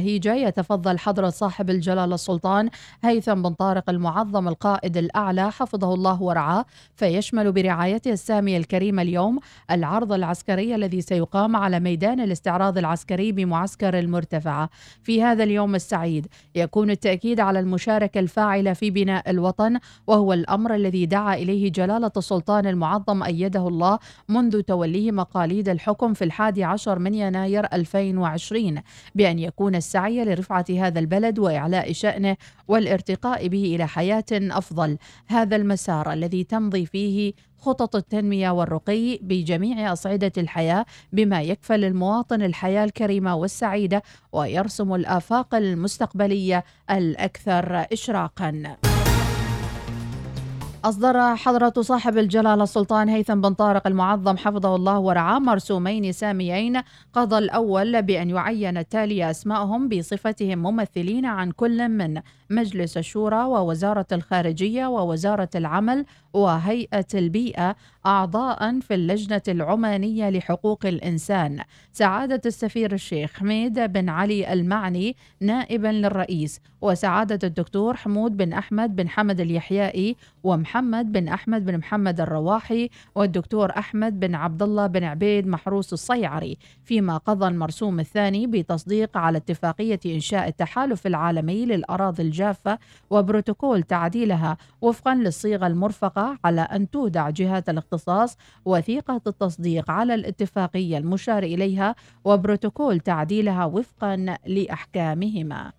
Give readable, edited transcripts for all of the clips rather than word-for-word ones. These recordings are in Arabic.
بهيجة يتفضل حضرة صاحب الجلالة السلطان هيثم بن طارق المعظم القائد الأعلى حفظه الله ورعاه، فيشمل برعايته السامية الكريمة اليوم العرض العسكري الذي سيقام على ميدان الاستعراض العسكري بمعسكر المرتفعة. في هذا اليوم السعيد يكون التأكيد على المشاركة الفاعلة في بناء الوطن، وهو الأمر الذي دعا إليه جلالة السلطان المعظم أيده الله منذ توليه مقاليد الحكم في 11 من يناير 2020، بأن يكون السعي لرفعة هذا البلد وإعلاء شأنه والارتقاء به إلى حياة أفضل. هذا المسار الذي تمضي فيه خطط التنمية والرقي بجميع أصعدة الحياة، بما يكفل المواطن الحياة الكريمة والسعيدة ويرسم الآفاق المستقبلية الأكثر إشراقاً. أصدر حضرة صاحب الجلالة السلطان هيثم بن طارق المعظم حفظه الله ورعاه مرسومين ساميين، قضى الأول بأن يعين التالي أسمائهم بصفتهم ممثلين عن كل من مجلس الشورى ووزارة الخارجية ووزارة العمل وهيئة البيئة أعضاء في اللجنة العمانية لحقوق الإنسان: سعادة السفير الشيخ حميد بن علي المعني نائبا للرئيس، وسعادة الدكتور حمود بن أحمد بن حمد اليحيائي، ومحمد بن أحمد بن محمد الرواحي، والدكتور أحمد بن عبد الله بن عبيد محروس الصيعري. فيما قضى المرسوم الثاني بتصديق على اتفاقية إنشاء التحالف العالمي للأراضي الجافة وبروتوكول تعديلها وفقا للصيغة المرفقة، على أن تودع جهات الاختصاص وثيقة التصديق على الاتفاقية المشار إليها وبروتوكول تعديلها وفقا لأحكامهما.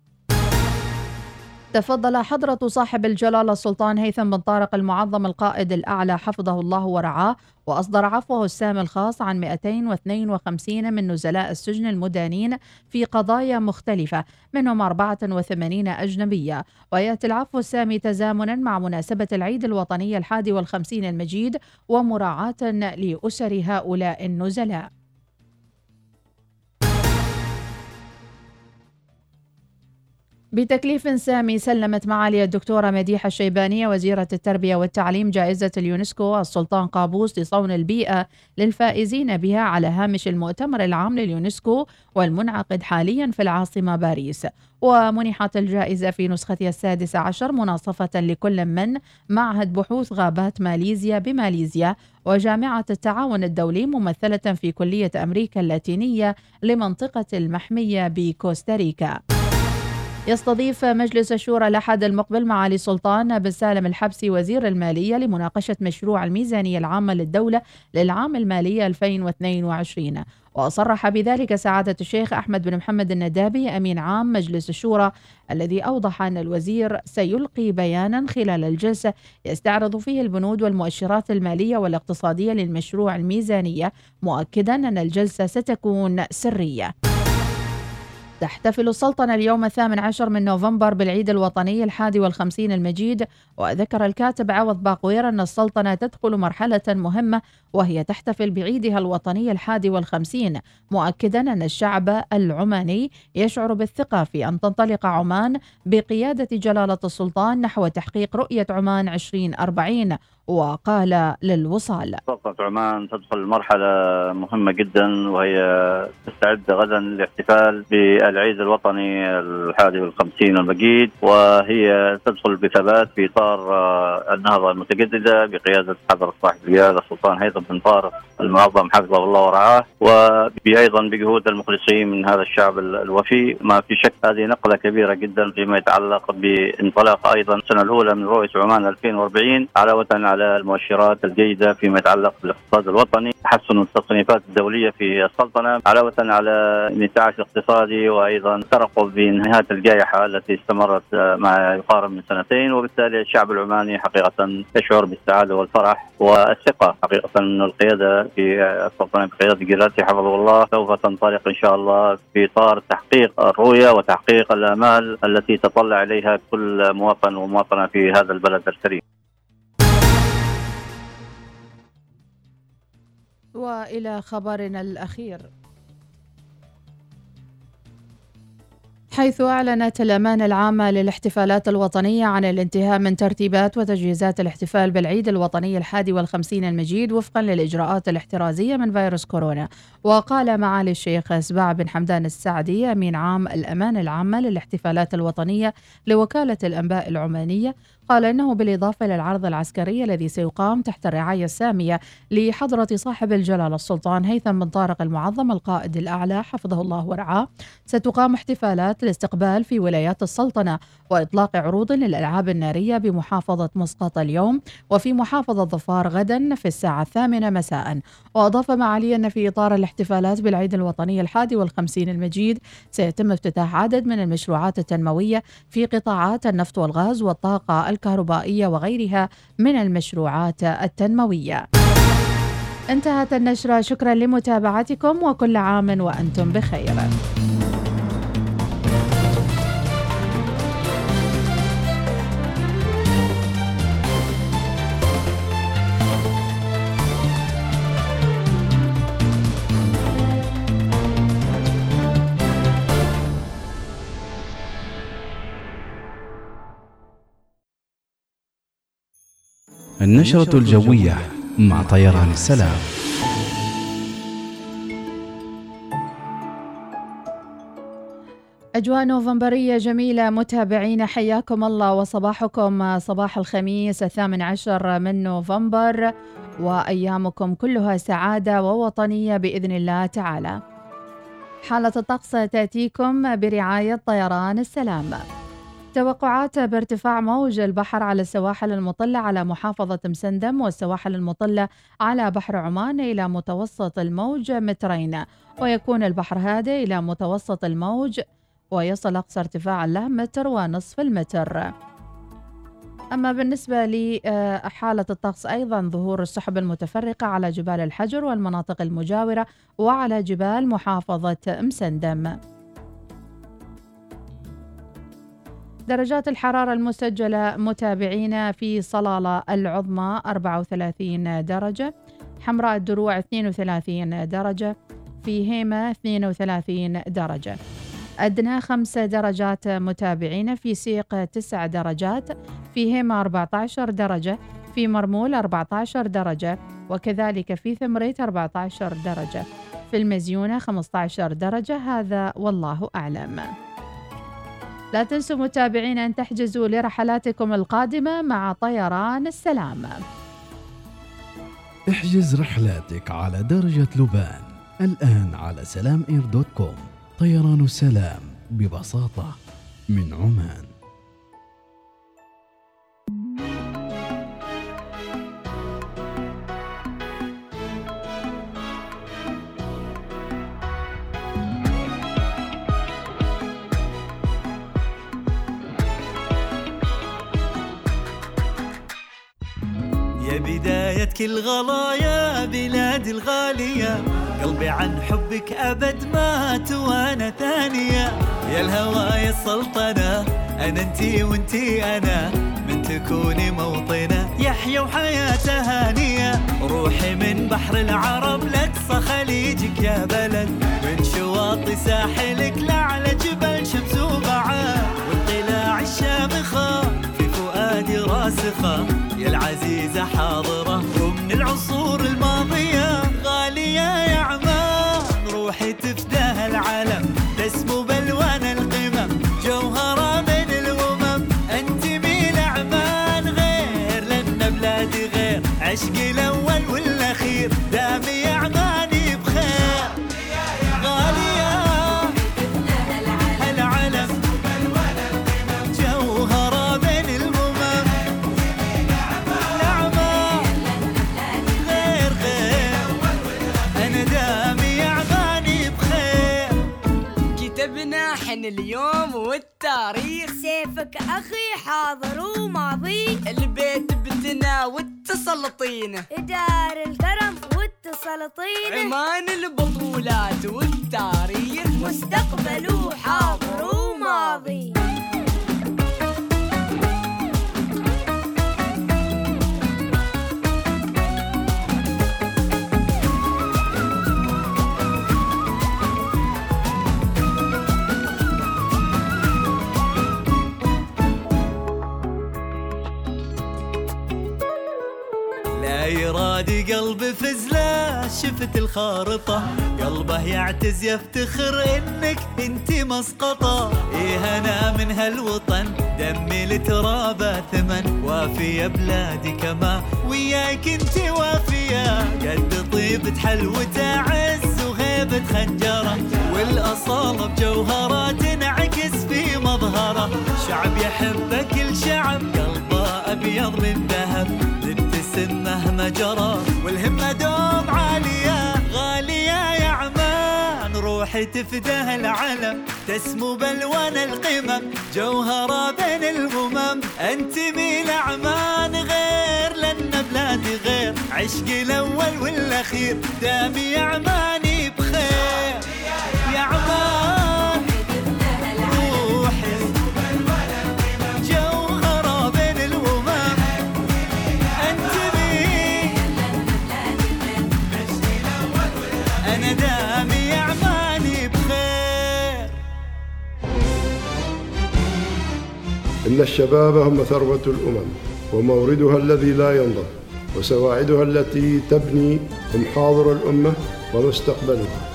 تفضل حضرة صاحب الجلالة السلطان هيثم بن طارق المعظم القائد الأعلى حفظه الله ورعاه وأصدر عفوه السامي الخاص عن 252 من نزلاء السجن المدانين في قضايا مختلفة، منهم 84 أجنبية. ويأتي العفو السامي تزامنا مع مناسبة العيد الوطني 51 المجيد ومراعاة لأسر هؤلاء النزلاء. بتكليف سامي سلمت معالي الدكتورة مديحة الشيبانية وزيرة التربية والتعليم جائزة اليونسكو السلطان قابوس لصون البيئة للفائزين بها على هامش المؤتمر العام لليونسكو والمنعقد حاليا في العاصمة باريس. ومنحت الجائزة في نسختها 16 مناصفة لكل من معهد بحوث غابات ماليزيا بماليزيا وجامعة التعاون الدولي ممثلة في كلية أمريكا اللاتينية لمنطقة المحمية بكوستاريكا. يستضيف مجلس الشورى الأحد المقبل معالي سلطان بن سالم الحبسي وزير المالية لمناقشة مشروع الميزانية العامة للدولة للعام المالي 2022. وصرح بذلك سعادة الشيخ أحمد بن محمد الندابي أمين عام مجلس الشورى، الذي أوضح أن الوزير سيلقي بيانا خلال الجلسة يستعرض فيه البنود والمؤشرات المالية والاقتصادية للمشروع الميزانية، مؤكدا أن الجلسة ستكون سرية. تحتفل السلطنة اليوم 18 من نوفمبر بالعيد الوطني 51 المجيد، وذكر الكاتب عوض باقوير أن السلطنة تدخل مرحلة مهمة وهي تحتفل بعيدها الوطني 51، مؤكدا أن الشعب العماني يشعر بالثقة في أن تنطلق عمان بقيادة جلالة السلطان نحو تحقيق رؤية عمان 2040. وقال للوصال: سلطنة عمان تدخل مرحلة مهمة جدا، وهي تستعد غدا للاحتفال بالعيد الوطني 51 المجيد، وهي تدخل بثبات في إطار النهضة المتجددة بقيادة حضرة صاحب الجلالة السلطان هيثم بن طارق المعظم حفظه الله ورعاه، وأيضا بجهود المخلصين من هذا الشعب الوفي. ما في شك هذه نقلة كبيرة جدا فيما يتعلق بانطلاق أيضا السنة الأولى من رؤية عمان 2040، علاوة على المؤشرات الجيدة فيما يتعلق بالاقتصاد الوطني، تحسن التصنيفات الدولية في السلطنة، علاوة على الانتعاش الاقتصادي، وأيضا ترقب بنهاية الجائحة التي استمرت ما يقارب من سنتين. وبالتالي الشعب العماني حقيقة يشعر بالسعادة والفرح والثقة حقيقة أن القيادة في السلطنة بقيادة جلالته حفظه الله سوف تنطلق إن شاء الله في إطار تحقيق الرؤية وتحقيق الآمال التي تطلع إليها كل مواطن ومواطنة في هذا البلد الكريم. وإلى خبرنا الأخير: حيث أعلنت الأمانة العامة للاحتفالات الوطنية عن الانتهاء من ترتيبات وتجهيزات الاحتفال بالعيد الوطني 51 المجيد وفقا للإجراءات الاحترازية من فيروس كورونا. وقال معالي الشيخ سباع بن حمدان السعدي أمين عام الأمانة العامة للاحتفالات الوطنية لوكالة الأنباء العمانية، قال إنه بالإضافة للعرض العسكري الذي سيقام تحت الرعاية السامية لحضرة صاحب الجلالة السلطان هيثم بن طارق المعظم القائد الأعلى حفظه الله ورعاه، ستقام احتفالات الاستقبال في ولايات السلطنة وإطلاق عروض للألعاب النارية بمحافظة مسقط اليوم، وفي محافظة ظفار غدا في الساعة 8 مساء. وأضاف معالي أن في إطار الاحتفالات بالعيد الوطني 51 المجيد سيتم افتتاح عدد من المشروعات التنموية في قطاعات النفط والغاز والطاقة الكهربائية وغيرها من المشروعات التنموية. انتهت النشرة، شكرا لمتابعتكم وكل عام وأنتم بخير. النشرة الجوية مع طيران السلام. أجواء نوفمبرية جميلة متابعين، حياكم الله وصباحكم صباح الخميس 18 من نوفمبر، وأيامكم كلها سعادة ووطنية بإذن الله تعالى. حالة الطقس تأتيكم برعاية طيران السلام. توقعات بارتفاع موج البحر على السواحل المطلة على محافظة مسندم والسواحل المطلة على بحر عمان إلى متوسط الموج 2 مترين، ويكون البحر هادئ إلى متوسط الموج ويصل أقصى ارتفاع له 1.5 متر. أما بالنسبة لحالة الطقس أيضا ظهور السحب المتفرقة على جبال الحجر والمناطق المجاورة وعلى جبال محافظة مسندم. درجات الحرارة المسجلة متابعين في صلالة العظمى 34 درجة، حمراء الدروع 32 درجة، في هيمة 32 درجة، أدنى 5 درجات متابعين، في سيق 9 درجات، في هيمة 14 درجة، في مرمول 14 درجة، وكذلك في ثمريت 14 درجة، في المزيونة 15 درجة. هذا والله أعلم. لا تنسوا متابعين أن تحجزوا لرحلاتكم القادمة مع طيران السلام. احجز رحلاتك على درجة لبنان الآن على salamair.com. طيران السلام ببساطة من عمان. يا بداية كل غلايا بلادي الغالية، قلبي عن حبك أبد ما توانى ثانية. يا الهوى يا السلطنة، أنا انتي وانتي أنا، من تكوني موطنة يحيى وحياته هانية. روحي من بحر العرب لأقصى خليجك يا بلد، من شواطئ ساحلك لأعلى جبل شمس وبعاد، والطلاع الشامخة في فؤادي راسخة. يا العزيزة حاضرة ومن العصور الماضية، غالية يا عمان روحي تفداها العالم، تسمو بالوان القمم جوهرة من الأمم. أنت ميل عمان غير لأن بلادي غير، عشقي الأول والأخير دامي يا عماني بخير. غالية هالعالم جوهرة من الأمم، نعمة غير غير أنا دامي يا عماني بخير. كتبنا حن اليوم والتاريخ، سيفك أخي حاضر وماضي، البيت بتنا والتسلطين، دار الكرم والتسلطين، عمان البطولات والتاريخ، مستقبل وحاضر وماضي. شفت الخارطة قلبه يعتز يفتخر إنك انتي مسقطة. إيه أنا من هالوطن دمي لترابه ثمن، وافية بلادي كما وياك انتي وافية. قد طيبة حلوة عز وهيبة خنجرة، والأصالة بجوهرة تنعكس في مظهره. شعب يحبه كل شعب قلبه أبيض من ذهب، تبتسم مهما جرى والهمة دوم عالية. غالية يا عمان روحي تفداه العلم، تسمو بألوان القمم جوهرة بين الأمم. أنتمي لعمان غير لأن بلادي غير، عشقي الأول والأخير دامي يا عماني بخير. يا عمان روحي جوهرة بين الأمم، أنتمي أنا دامي يا عماني بخير. إن الشباب هم ثروة الأمم وموردها الذي لا ينضب، وسواعدها التي تبني هم حاضر الأمة ومستقبلها.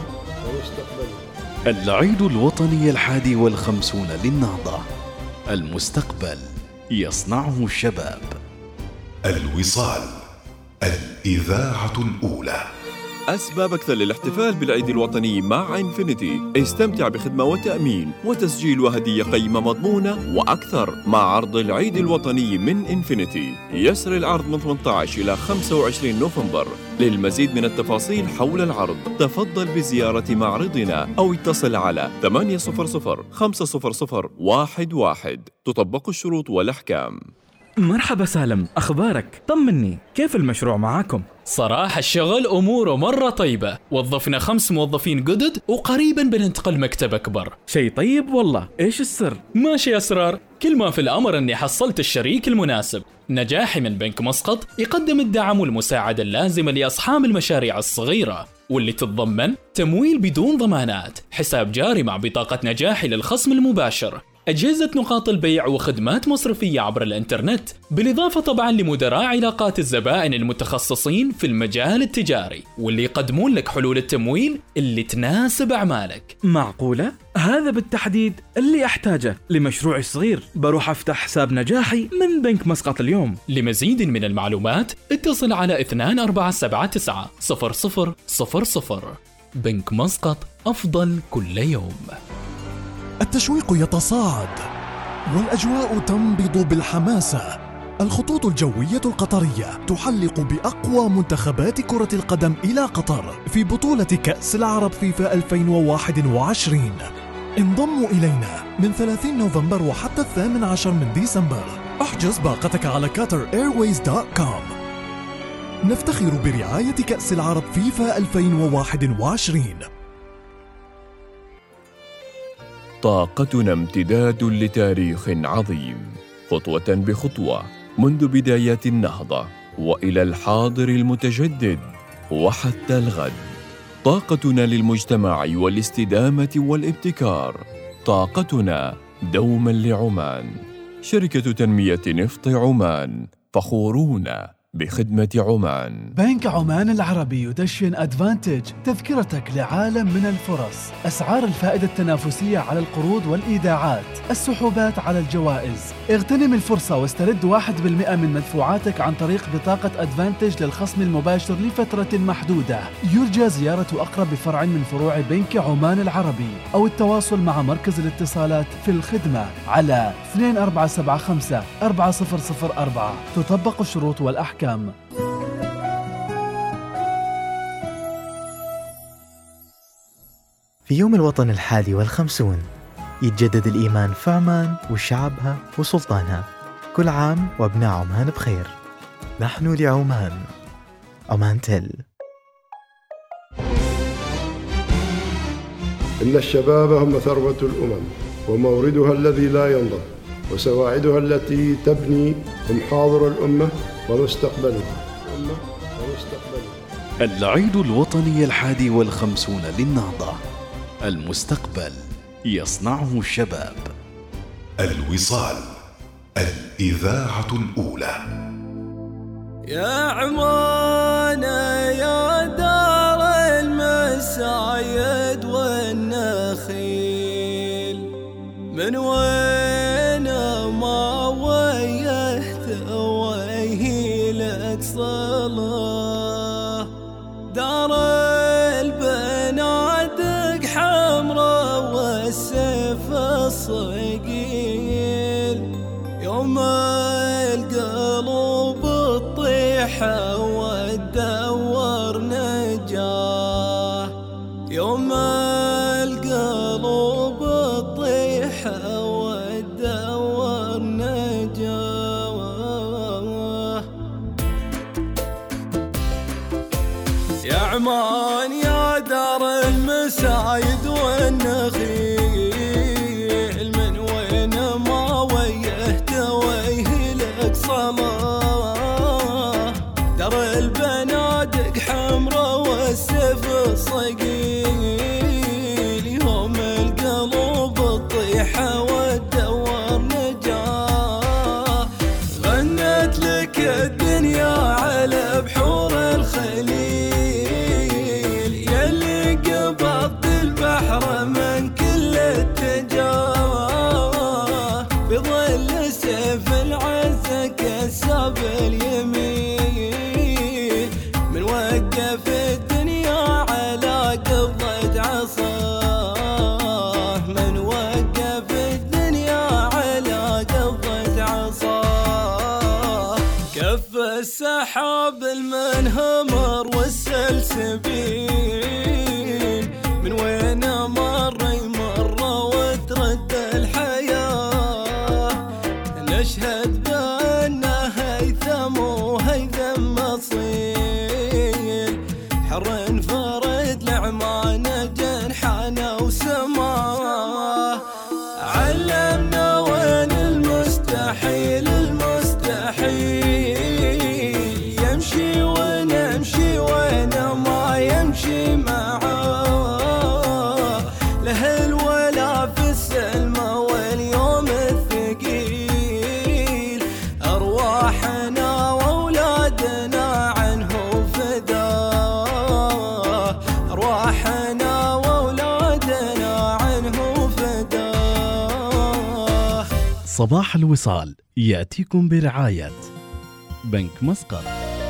العيد الوطني 51 للنهضة، المستقبل يصنعه الشباب. الوصال، الإذاعة الأولى. أسباب أكثر للاحتفال بالعيد الوطني مع إنفينيتي. استمتع بخدمة وتأمين وتسجيل وهدية قيمة مضمونة وأكثر مع عرض العيد الوطني من إنفينيتي. يسري العرض من 18 إلى 25 نوفمبر. للمزيد من التفاصيل حول العرض تفضل بزيارة معرضنا أو اتصل على 800 500 11. تطبق الشروط والأحكام. مرحبا سالم، أخبارك؟ طمني، كيف المشروع معاكم؟ صراحة الشغل أموره مرة طيبة، وظفنا 5 موظفين جدد وقريبا بننتقل مكتب أكبر. شيء طيب والله، إيش السر؟ ماشي أسرار، كل ما في الأمر أني حصلت الشريك المناسب. نجاحي من بنك مسقط يقدم الدعم والمساعدة اللازمة لأصحاب المشاريع الصغيرة، واللي تتضمن تمويل بدون ضمانات، حساب جاري مع بطاقة نجاحي للخصم المباشر، أجهزة نقاط البيع وخدمات مصرفية عبر الإنترنت، بالإضافة طبعاً لمدراء علاقات الزبائن المتخصصين في المجال التجاري، واللي يقدمون لك حلول التمويل اللي تناسب أعمالك. معقولة؟ هذا بالتحديد اللي أحتاجه لمشروعي الصغير. بروح أفتح حساب نجاحي من بنك مسقط اليوم. لمزيد من المعلومات اتصل على 2479 0000. بنك مسقط، أفضل كل يوم. التشويق يتصاعد والأجواء تنبض بالحماسة. الخطوط الجوية القطرية تحلق بأقوى منتخبات كرة القدم إلى قطر في بطولة كأس العرب فيفا 2021. انضموا إلينا من 30 نوفمبر وحتى 18 من ديسمبر. احجز باقتك على QatarAirways.com. نفتخر برعاية كأس العرب فيفا 2021. طاقتنا امتداد لتاريخ عظيم، خطوة بخطوة منذ بدايات النهضة وإلى الحاضر المتجدد وحتى الغد. طاقتنا للمجتمع والاستدامة والابتكار. طاقتنا دوما لعمان. شركة تنمية نفط عمان، فخورون بخدمة عمان. بنك عمان العربي يدشن أدفانتج، تذكرتك لعالم من الفرص. أسعار الفائدة التنافسية على القروض والإيداعات، السحوبات على الجوائز. اغتنم الفرصة واسترد 1% من مدفوعاتك عن طريق بطاقة أدفانتج للخصم المباشر لفترة محدودة. يرجى زيارة أقرب فرع من فروع بنك عمان العربي أو التواصل مع مركز الاتصالات في الخدمة على 2475 4004. تطبق الشروط والأحكام. في يوم الوطن 51 يتجدد الإيمان في عمان وشعبها وسلطانها. كل عام وابناء عمان بخير. نحن لعمان. عمان تل. إن الشباب هم ثروة الأمم وموردها الذي لا ينضب، وسواعدها التي تبني هم حاضر الأمة ومستقبلها. العيد الوطني 51 للنهضة، المستقبل يصنعه الشباب. الوصال، الإذاعة الأولى. يا عمان يا دار المسايد والنخيل من وين ما ويهت ويهيلك صلاة دار البنادق حمرا والسيف الصقيل يوم القلوب الطيحة والدور نجاه يوم القلوب الطيحة والدور نجاه يا عمان يا دار المسايد والنخيل من وين ما ويهت ويهلك صلاة دار البنادق حمرا والسيف الصقيل يوم القلوب الطيحة والدور نجاه غنت لك الدنيا على بحور الخليل يلي قبضت البحر من كل اتجاه بظل سيف العز كساب اليمين من وقف الدنيا على قبضة عصاه من وقف الدنيا على قبضة عصاه كف السحاب المنهمر والسلسبيل من وين مر يمر وترد الحياة نشهد بأنه هيثم وهيثم أصيل حر فرد لعمان جنحنا وسماه علمنا وين المستحيل المستحيل يمشي ونمشي وين ما يمشي معاه له الولا في السلمى واليوم الثقيل أرواحنا وأولادنا عنه فداه أرواحنا وأولادنا عنه فداه. صباح الوصال يأتيكم برعاية بنك مسقط.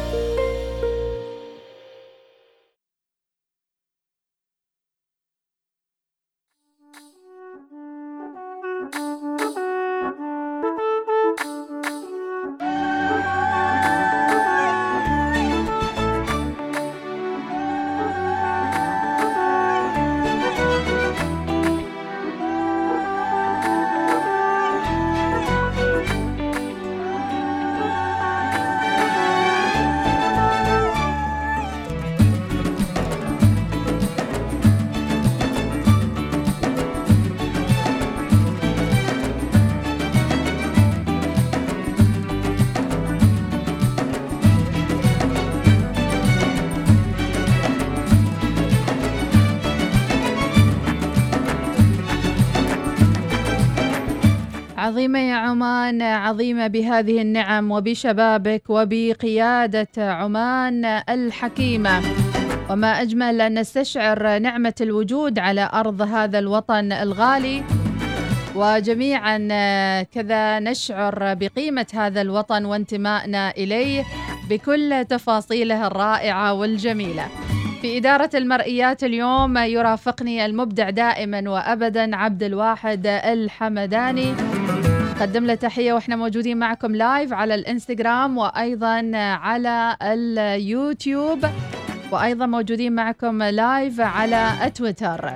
عظيمة يا عمان، عظيمة بهذه النعم وبشبابك وبقيادة عمان الحكيمة. وما أجمل أن نستشعر نعمة الوجود على أرض هذا الوطن الغالي، وجميعا كذا نشعر بقيمة هذا الوطن وانتمائنا إليه بكل تفاصيله الرائعة والجميلة. في إدارة المرئيات اليوم يرافقني المبدع دائما وأبدا عبد الواحد الحمداني. قدم له تحية وإحنا موجودين معكم لايف على الإنستغرام وأيضا على اليوتيوب، وأيضا موجودين معكم لايف على تويتر.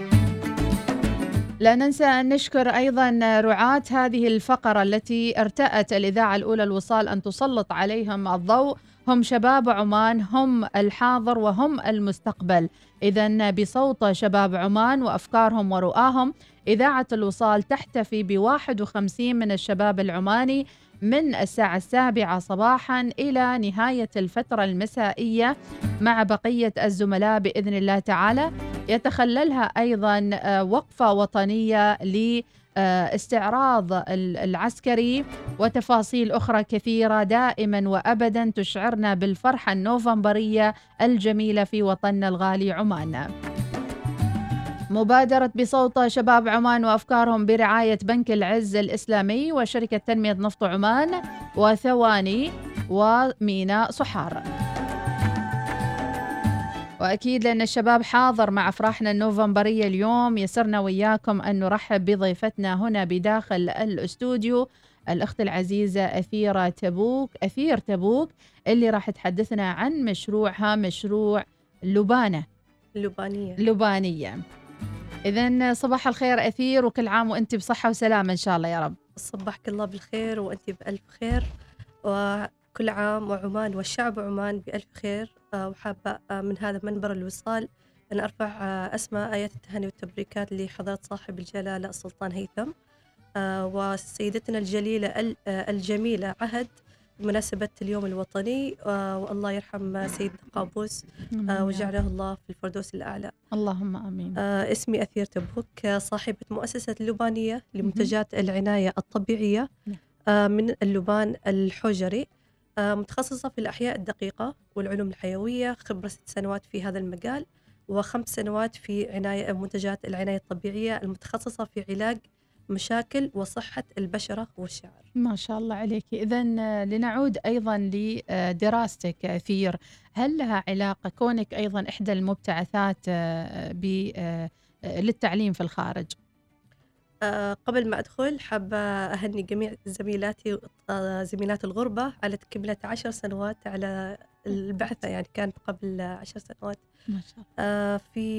لا ننسى أن نشكر أيضا رعاة هذه الفقرة التي ارتأت الإذاعة الأولى الوصال أن تسلط عليهم الضوء، هم شباب عمان، هم الحاضر وهم المستقبل. إذن بصوت شباب عمان وأفكارهم ورؤاهم إذاعة الوصال تحتفي ب51 من الشباب العماني من الساعة 7 صباحا إلى نهاية الفترة المسائية مع بقية الزملاء بإذن الله تعالى. يتخللها أيضا وقفة وطنية لاستعراض العسكري وتفاصيل أخرى كثيرة دائما وأبدا تشعرنا بالفرحة النوفمبرية الجميلة في وطننا الغالي عمان. مبادرة بصوت شباب عمان وأفكارهم برعاية بنك العز الإسلامي وشركة تنمية نفط عمان وثواني وميناء صحار. وأكيد لأن الشباب حاضر مع أفراحنا النوفمبرية اليوم، يسرنا وياكم أن نرحب بضيفتنا هنا بداخل الأستوديو الأخت العزيزة أثير تبوك اللي راح تحدثنا عن مشروعها، مشروع لبانية. إذن صباح الخير أثير، وكل عام وأنت بصحة وسلامة إن شاء الله يا رب. صبحك الله بالخير وأنت بألف خير، وكل عام وعمان والشعب عمان بألف خير. وحابة من هذا منبر الوصال أن أرفع أسماء آيات التهاني والتبريكات لحضرة صاحب الجلالة السلطان هيثم وسيدتنا الجليلة الجميلة عهد بمناسبة اليوم الوطني، والله يرحم سيدنا قابوس وجعله الله في الفردوس الأعلى. اللهم آمين. اسمي أثير تبوك، صاحبة مؤسسة اللبانية لمنتجات العناية الطبيعية من اللبان الحجري، متخصصة في الأحياء الدقيقة والعلوم الحيوية، خبرة 6 سنوات في هذا المجال و5 سنوات في منتجات العناية الطبيعية المتخصصة في علاج مشاكل وصحة البشرة والشعر. ما شاء الله عليك. إذن لنعود أيضا لدراستك أثير، هل لها علاقة كونك أيضا إحدى المبتعثات للتعليم في الخارج؟ قبل ما أدخل حابة أهني جميع زميلاتي زميلات الغربة على تكملة 10 سنوات على البعثة، يعني كانت قبل 10 سنوات. ما شاء الله.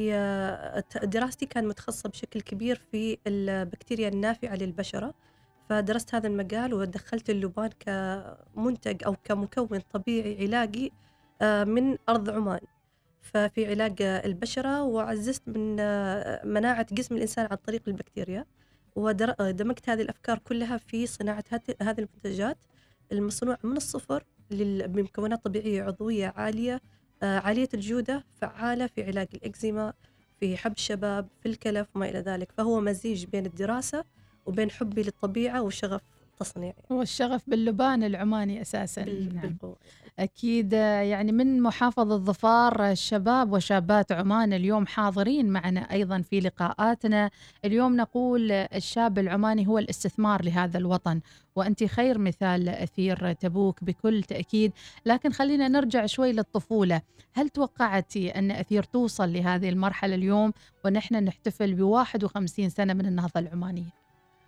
في دراستي كان متخصصة بشكل كبير في البكتيريا النافعة للبشرة، فدرست هذا المجال ودخلت اللبان كمنتج أو كمكون طبيعي علاجي من أرض عمان، ففي علاج البشرة، وعززت من مناعة جسم الإنسان عن طريق البكتيريا، ودمجت هذه الأفكار كلها في صناعة هذه المنتجات المصنوعة من الصفر بمكونات طبيعية عضوية عالية عالية الجودة، فعالة في علاج الإكزيما، في حب الشباب، في الكلف وما إلى ذلك. فهو مزيج بين الدراسة وبين حبي للطبيعة وشغف تصنيعي. والشغف باللبان العماني أساساً. بالقوة. أكيد يعني من محافظة ظفار الشباب وشابات عمان اليوم حاضرين معنا أيضا في لقاءاتنا. اليوم نقول الشاب العماني هو الاستثمار لهذا الوطن، وأنت خير مثال أثير تبوك بكل تأكيد. لكن خلينا نرجع شوي للطفولة، هل توقعتي أن أثير توصل لهذه المرحلة اليوم ونحن نحتفل ب51 سنة من النهضة العمانية؟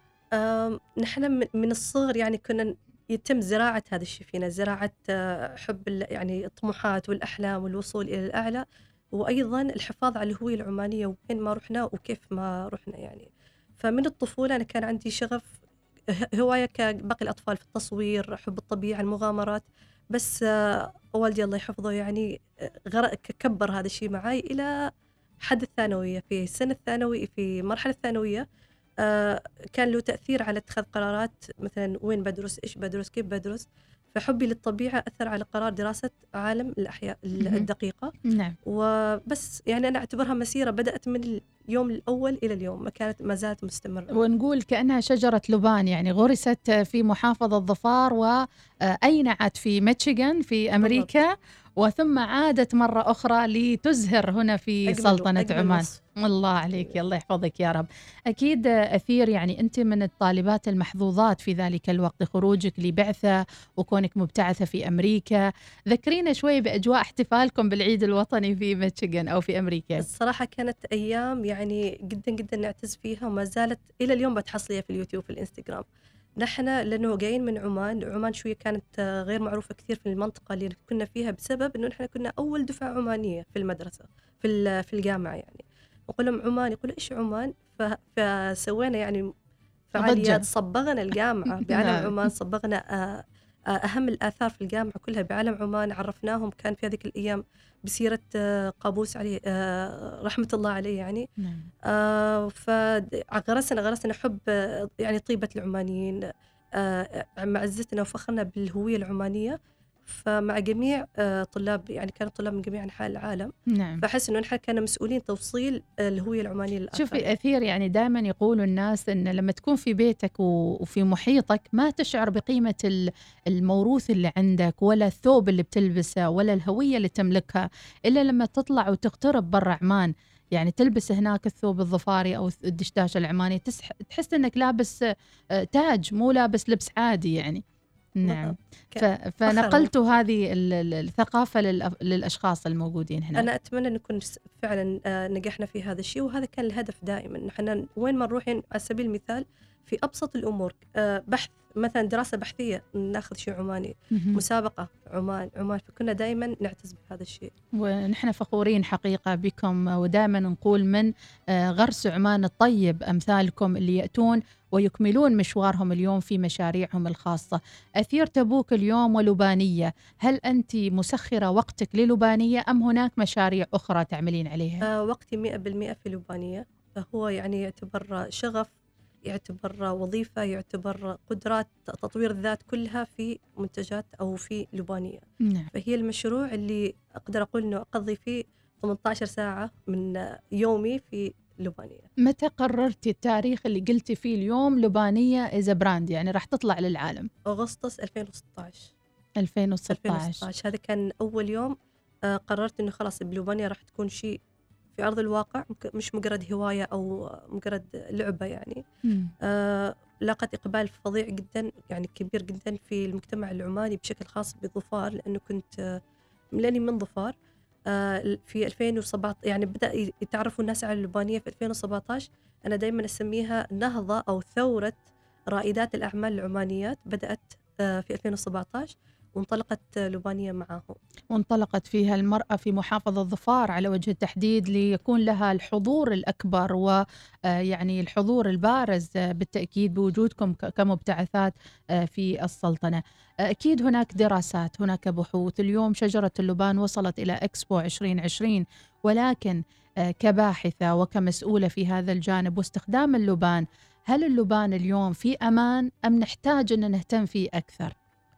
نحن من الصغر يعني كنا يتم زراعة هذا الشيء فينا، زراعة حب يعني الطموحات والأحلام والوصول إلى الأعلى، وأيضا الحفاظ على الهوية العمانية وين ما رحنا وكيف ما رحنا يعني. فمن الطفولة أنا كان عندي شغف، هواية كباقي الأطفال في التصوير، حب الطبيعة، المغامرات، بس والدي الله يحفظه يعني كبر هذا الشيء معي إلى حد الثانوية. في السنة الثانوي في مرحلة الثانوية كان له تأثير على اتخاذ قرارات، مثلا وين بدرس، إيش بدرس، كيف بدرس. فحبي للطبيعة أثر على قرار دراسة عالم الأحياء الدقيقة. نعم. وبس يعني أنا أعتبرها مسيرة بدأت من اليوم الأول إلى اليوم، ما زالت مستمرة. ونقول كأنها شجرة لبان، يعني غرست في محافظة ظفار وأينعت في ميشيغان في أمريكا، وثم عادت مرة أخرى لتزهر هنا في سلطنة عمان. الله عليك، الله يحفظك يا رب. أكيد أثير يعني أنت من الطالبات المحظوظات في ذلك الوقت، خروجك لبعثة وكونك مبتعثة في أمريكا. ذكرينا شوي بأجواء احتفالكم بالعيد الوطني في ميشيغان أو في أمريكا. الصراحة كانت أيام يعني جدا جدا نعتز فيها، وما زالت إلى اليوم بتحصليها في اليوتيوب في الإنستغرام. نحن لأنه جايين من عمان شوية كانت غير معروفة كثير في المنطقة اللي كنا فيها، بسبب أنه نحن كنا أول دفعة عمانية في المدرسة في الجامعة يعني. وقال لهم عمان، يقولوا إيش عمان؟ فسوينا يعني فعاليات، صبغنا الجامعة بعلم عمان، صبغنا أهم الآثار في الجامعة كلها بعلم عمان، عرفناهم. كان في هذيك الأيام بسيرة قابوس عليه رحمة الله عليه يعني. فغرسنا حب يعني طيبة العمانيين، معزتنا وفخرنا بالهوية العمانية. فمع جميع طلاب يعني كانوا طلاب من جميع أنحاء العالم. نعم. فحس إنه نحن كنا مسؤولين توصيل الهوية العمانية للآخرين. شوفي أثير، يعني دائما يقولوا الناس إن لما تكون في بيتك وفي محيطك ما تشعر بقيمة الموروث اللي عندك، ولا الثوب اللي بتلبسه، ولا الهوية اللي تملكها، إلا لما تطلع وتغترب برا عمان. يعني تلبس هناك الثوب الظفاري أو الدشداش العماني تحس أنك لابس تاج، مو لابس لبس عادي يعني. نعم. فنقلت هذه الثقافة للأشخاص الموجودين هنا. أنا أتمنى أن نكون فعلا نجحنا في هذا الشيء، وهذا كان الهدف دائما. نحن وين ما نروح، على سبيل المثال في أبسط الأمور، بحث مثلا، دراسة بحثية ناخذ شيء عماني، مسابقة عمان، فكنا دائما نعتز بهذا الشيء. ونحن فخورين حقيقة بكم، ودائما نقول من غرس عمان الطيب أمثالكم اللي يأتون ويكملون مشوارهم اليوم في مشاريعهم الخاصة. أثير تبوك اليوم ولبانية، هل أنت مسخرة وقتك للبانية أم هناك مشاريع أخرى تعملين عليها؟ وقتي 100% في لبانية. هو يعني يعتبر شغف، يعتبر وظيفة، يعتبر قدرات تطوير الذات كلها في منتجات أو في لبانية. نعم. فهي المشروع اللي أقدر أقول أنه أقضي فيه 18 ساعة من يومي في لبانية. متى قررتي التاريخ اللي قلتي فيه اليوم لبانية إذا براند يعني راح تطلع للعالم؟ أغسطس 2016. 2016 هذا كان أول يوم قررت أنه خلاص بلبانية راح تكون شيء في أرض الواقع، مش مجرد هواية أو مجرد لعبة يعني. لاقت إقبال فظيع جدا، يعني كبير جدا في المجتمع العماني بشكل خاص بظفار، لأنه كنت لأني من ظفار. في 2017 يعني بدأ يتعرفوا الناس على اللبانية في 2017. أنا دائما أسميها نهضة أو ثورة رائدات الأعمال العمانيات، بدأت في 2017 وانطلقت لبانية معاهم. وانطلقت فيها المرأة في محافظة ظفار على وجه التحديد ليكون لها الحضور الأكبر ويعني الحضور البارز بالتأكيد بوجودكم كمبتعثات في السلطنة. أكيد هناك دراسات، هناك بحوث. اليوم شجرة اللبان وصلت إلى إكسبو 2020، ولكن كباحثة وكمسؤولة في هذا الجانب واستخدام اللبان، هل اللبان اليوم في أمان أم نحتاج أن نهتم فيه أكثر؟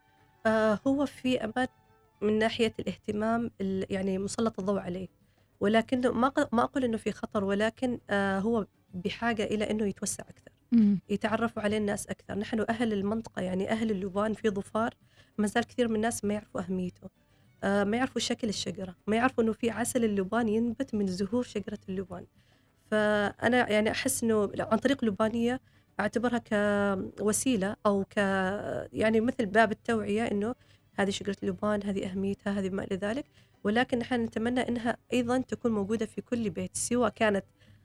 هو في أمان من ناحية الاهتمام، يعني مسلط الضوء عليه، ولكن ما أقول إنه في خطر، ولكن هو بحاجة إلى إنه يتوسع أكثر، يتعرفوا عليه الناس أكثر. نحن أهل المنطقة يعني أهل اللبان في ظفار ما زال كثير من الناس ما يعرفوا أهميته، ما يعرفوا شكل الشجرة، ما يعرفوا إنه في عسل اللبان ينبت من زهور شجرة اللبان. فأنا يعني أحس إنه عن طريق لبانية أعتبرها كوسيلة أو يعني مثل باب التوعية، إنه هذه شجرة اللبان، هذه أهميتها، هذه ما إلى ذلك. ولكن نحن نتمنى إنها أيضا تكون موجودة في كل بيت، سواء كانت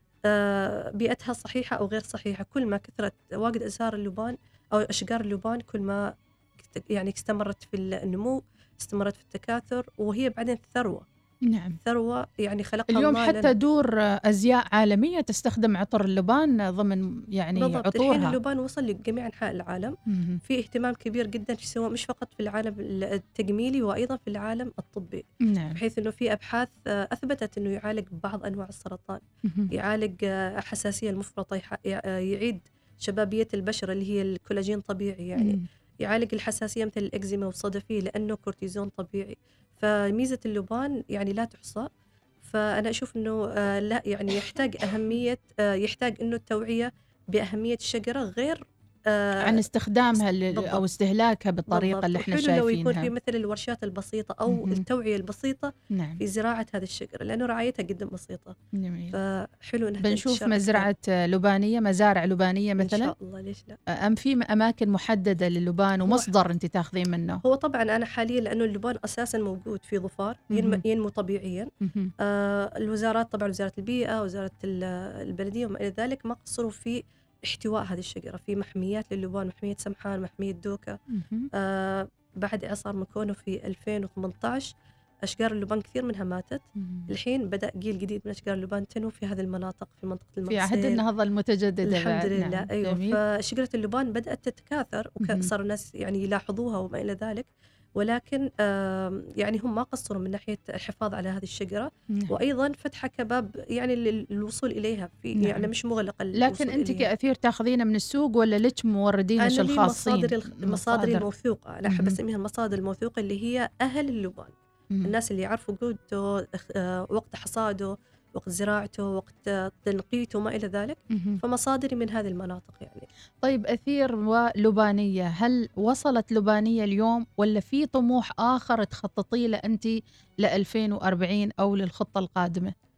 بيئتها صحيحة أو غير صحيحة. كل ما كثرت واجد أزهار اللبان أو أشجار اللبان، كل ما يعني استمرت في النمو، استمرت في التكاثر، وهي بعدين ثروة. نعم. ثروة يعني خلقها اليوم الله حتى دور أزياء عالمية تستخدم عطر اللبان ضمن يعني بالضبط. عطورها. الحين اللبان وصل لجميع أنحاء العالم. في اهتمام كبير جدا في سواء مش فقط في العالم التجميلي وأيضا في العالم الطبي. نعم. بحيث أنه في أبحاث أثبتت أنه يعالج بعض أنواع السرطان، يعالج حساسية المفرطة، يعيد شبابية البشرة اللي هي الكولاجين طبيعي يعني. يعالج الحساسية مثل الإكزيما والصدفية لأنه كورتيزون طبيعي. فميزة اللبان يعني لا تحصى. فأنا أشوف أنه لا يعني يحتاج أهمية، يحتاج أنه التوعية بأهمية الشجرة غير عن استخدامها أو استهلاكها بالطريقة اللي احنا شايفينها. لو يكون في مثل الورشات البسيطة أو التوعية البسيطة نعم. في زراعة هذه الشجرة، لأنه رعايتها جدا بسيطة. جميل. فحلو إنها بنشوف مزرعة لبانية، مزارع لبانية مثلا إن شاء الله، ليش لا؟ أم في أماكن محددة لللبان ومصدر أنت تاخذين منه؟ هو طبعا أنا حاليا لأنه اللبان أساسا موجود في ظفار، ينمو طبيعيا. الوزارات طبعا وزارة البيئة، وزارة البلدية وما إلى ذلك ما قصروا في احتواء هذه الشجرة في محميات لللبان، محمية سمحان، محمية دوكا. بعد إعصار مكونو في 2018 أشجار اللبان كثير منها ماتت. الحين بدأ جيل جديد من أشجار اللبان تنمو في هذه المناطق، في منطقة المغسيل، في عهد النهضة المتجددة الحمد لله. نعم. أيوة. جميل. فشجرة اللبان بدأت تتكاثر وصار الناس يعني يلاحظوها وما إلى ذلك، ولكن يعني هم ما قصروا من ناحية الحفاظ على هذه الشجرة. وأيضا فتحة كباب يعني للوصول إليها في يعني مش مغلقة. لكن أنت كأثير تاخذينه من السوق ولا لك موردينش الخاصين؟ مصادر الموثوقة، أنا أحب أسميها المصادر الموثوقة، اللي هي أهل اللبان، الناس اللي يعرفوا جودته، وقت حصاده، وقت زراعته، وقت تنقيته ما إلى ذلك. فمصادري من هذه المناطق يعني. طيب أثير ولبانية، هل وصلت لبانية اليوم ولا في طموح آخر تخططي له أنت ل 2040 أو للخطة القادمة؟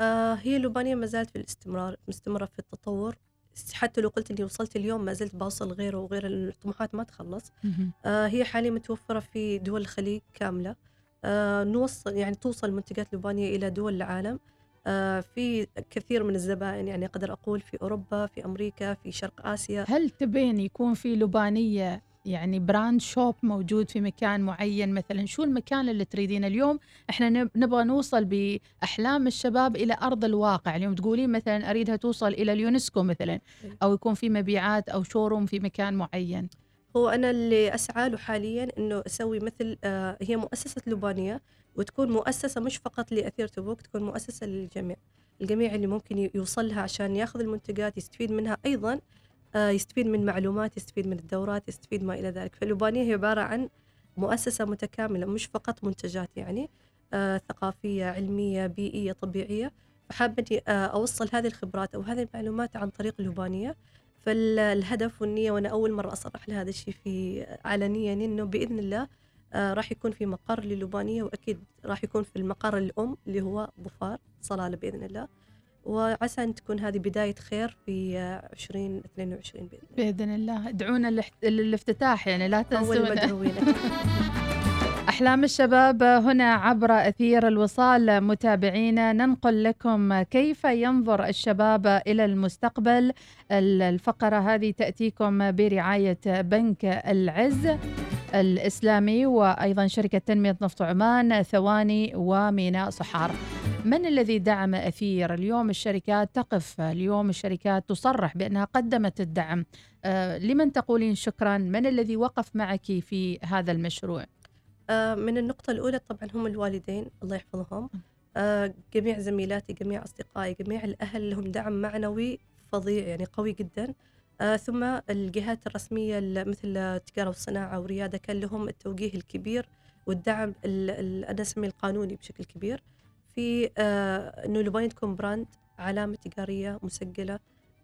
هي اللبانية ما زالت في الاستمرار، مستمرة في التطور. حتى لو قلت إني وصلت اليوم ما زلت بوصل غيره، وغير الطموحات ما تخلص. هي حاليا متوفرة في دول الخليج كاملة. نوصل يعني توصل منتجات لبنانية إلى دول العالم. في كثير من الزبائن، يعني أقدر أقول في أوروبا، في أمريكا، في شرق آسيا. هل تبين يكون في لبنانية يعني براند شوب موجود في مكان معين مثلا؟ شو المكان اللي تريدين اليوم؟ احنا نبغى نوصل بأحلام الشباب إلى أرض الواقع. اليوم تقولين مثلا أريدها توصل إلى اليونسكو مثلا، أو يكون في مبيعات أو شوروم في مكان معين. هو أنا اللي أسعى له حاليا إنه أسوي مثل هي مؤسسة لبنانية، وتكون مؤسسة مش فقط لأثير تبوك، تكون مؤسسة للجميع، الجميع اللي ممكن يوصلها عشان ياخذ المنتجات، يستفيد منها أيضا، يستفيد من معلومات، يستفيد من الدورات، يستفيد ما إلى ذلك. فاللبنانية هي عبارة عن مؤسسة متكاملة، مش فقط منتجات يعني ثقافية، علمية، بيئية، طبيعية. فحابة أوصل هذه الخبرات أو هذه المعلومات عن طريق اللبنانية. فالهدف والنية، وأنا أول مرة أصرح لهذا الشيء في علنيا، إنه بإذن الله راح يكون في مقر للبنانية، وأكيد راح يكون في المقر الأم اللي هو ظفار صلالة بإذن الله. وعسى أن تكون هذه بداية خير في 2022 بإذن الله. ادعونا للافتتاح يعني، لا تنسونا. أحلام الشباب هنا عبر أثير الوصال. متابعينا، ننقل لكم كيف ينظر الشباب إلى المستقبل. الفقرة هذه تأتيكم برعاية بنك العز الإسلامي، وأيضا شركة تنمية نفط عمان، ثواني، وميناء صحار. من الذي دعم أثير؟ اليوم الشركات تقف، اليوم الشركات تصرح بأنها قدمت الدعم. لمن تقولين شكرا؟ من الذي وقف معك في هذا المشروع؟ من النقطة الأولى طبعا هم الوالدين الله يحفظهم، جميع زميلاتي، جميع أصدقائي، جميع الأهل لهم دعم معنوي فظيع يعني قوي جدا. ثم الجهات الرسمية مثل التجارة والصناعة وريادة كان لهم التوجيه الكبير والدعم أنا أسميه القانوني بشكل كبير في إنه لبنانية تكون براند، علامة تجارية مسجلة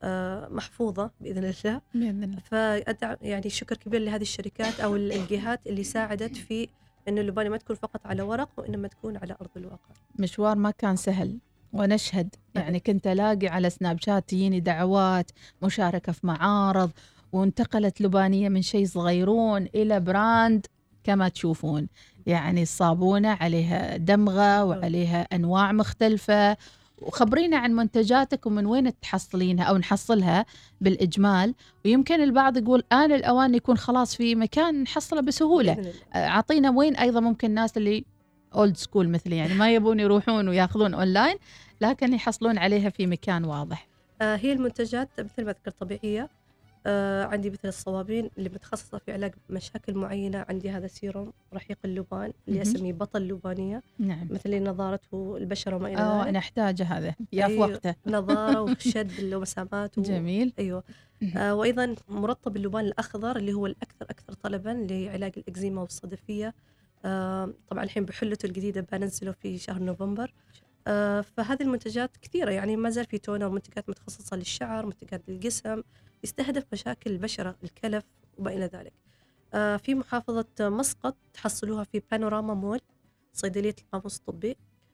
محفوظة بإذن الله. فأدعم يعني شكر كبير لهذه الشركات أو الجهات اللي ساعدت في إنه اللبنانية ما تكون فقط على ورق، وإنما تكون على أرض الواقع. مشوار ما كان سهل، ونشهد يعني كنت ألاقي على سناب شات تجيني دعوات مشاركة في معارض، وانتقلت لبنانية من شيء صغيرون إلى براند كما تشوفون. يعني الصابونة عليها دمغة وعليها أنواع مختلفة. وخبرينا عن منتجاتك ومن وين تحصلينها أو نحصلها بالإجمال. ويمكن البعض يقول آن الأوان يكون خلاص في مكان نحصلها بسهولة. أعطينا وين أيضا ممكن الناس اللي أولد سكول مثلي يعني ما يبون يروحون ويأخذون أونلاين، لكن يحصلون عليها في مكان واضح. هي المنتجات مثل ما ذكرت طبيعية. عندي مثل الصوابين اللي متخصصة في علاج مشاكل معينة. عندي هذا سيروم رحيق اللبان اللي أسميه بطل لبانية. نعم. مثل نظارة البشرة وما إلى ذلك. أنا أحتاج هذا يا في وقته. نظارة وشد اللمسامات جميل. أيوة. وأيضا مرطب اللبان الأخضر اللي هو الأكثر طلبا لعلاج الإكزيما والصدفية. طبعا الحين بحلته الجديدة بنزله في شهر نوفمبر. فهذه المنتجات كثيرة يعني، ما زال في تونر، منتجات متخصصة للشعر، منتجات للجسم، يستهدف مشاكل البشرة، الكلف وما إلى ذلك. في محافظة مسقط تحصلوها في بانوراما مول، صيدلية القاموس الطبي.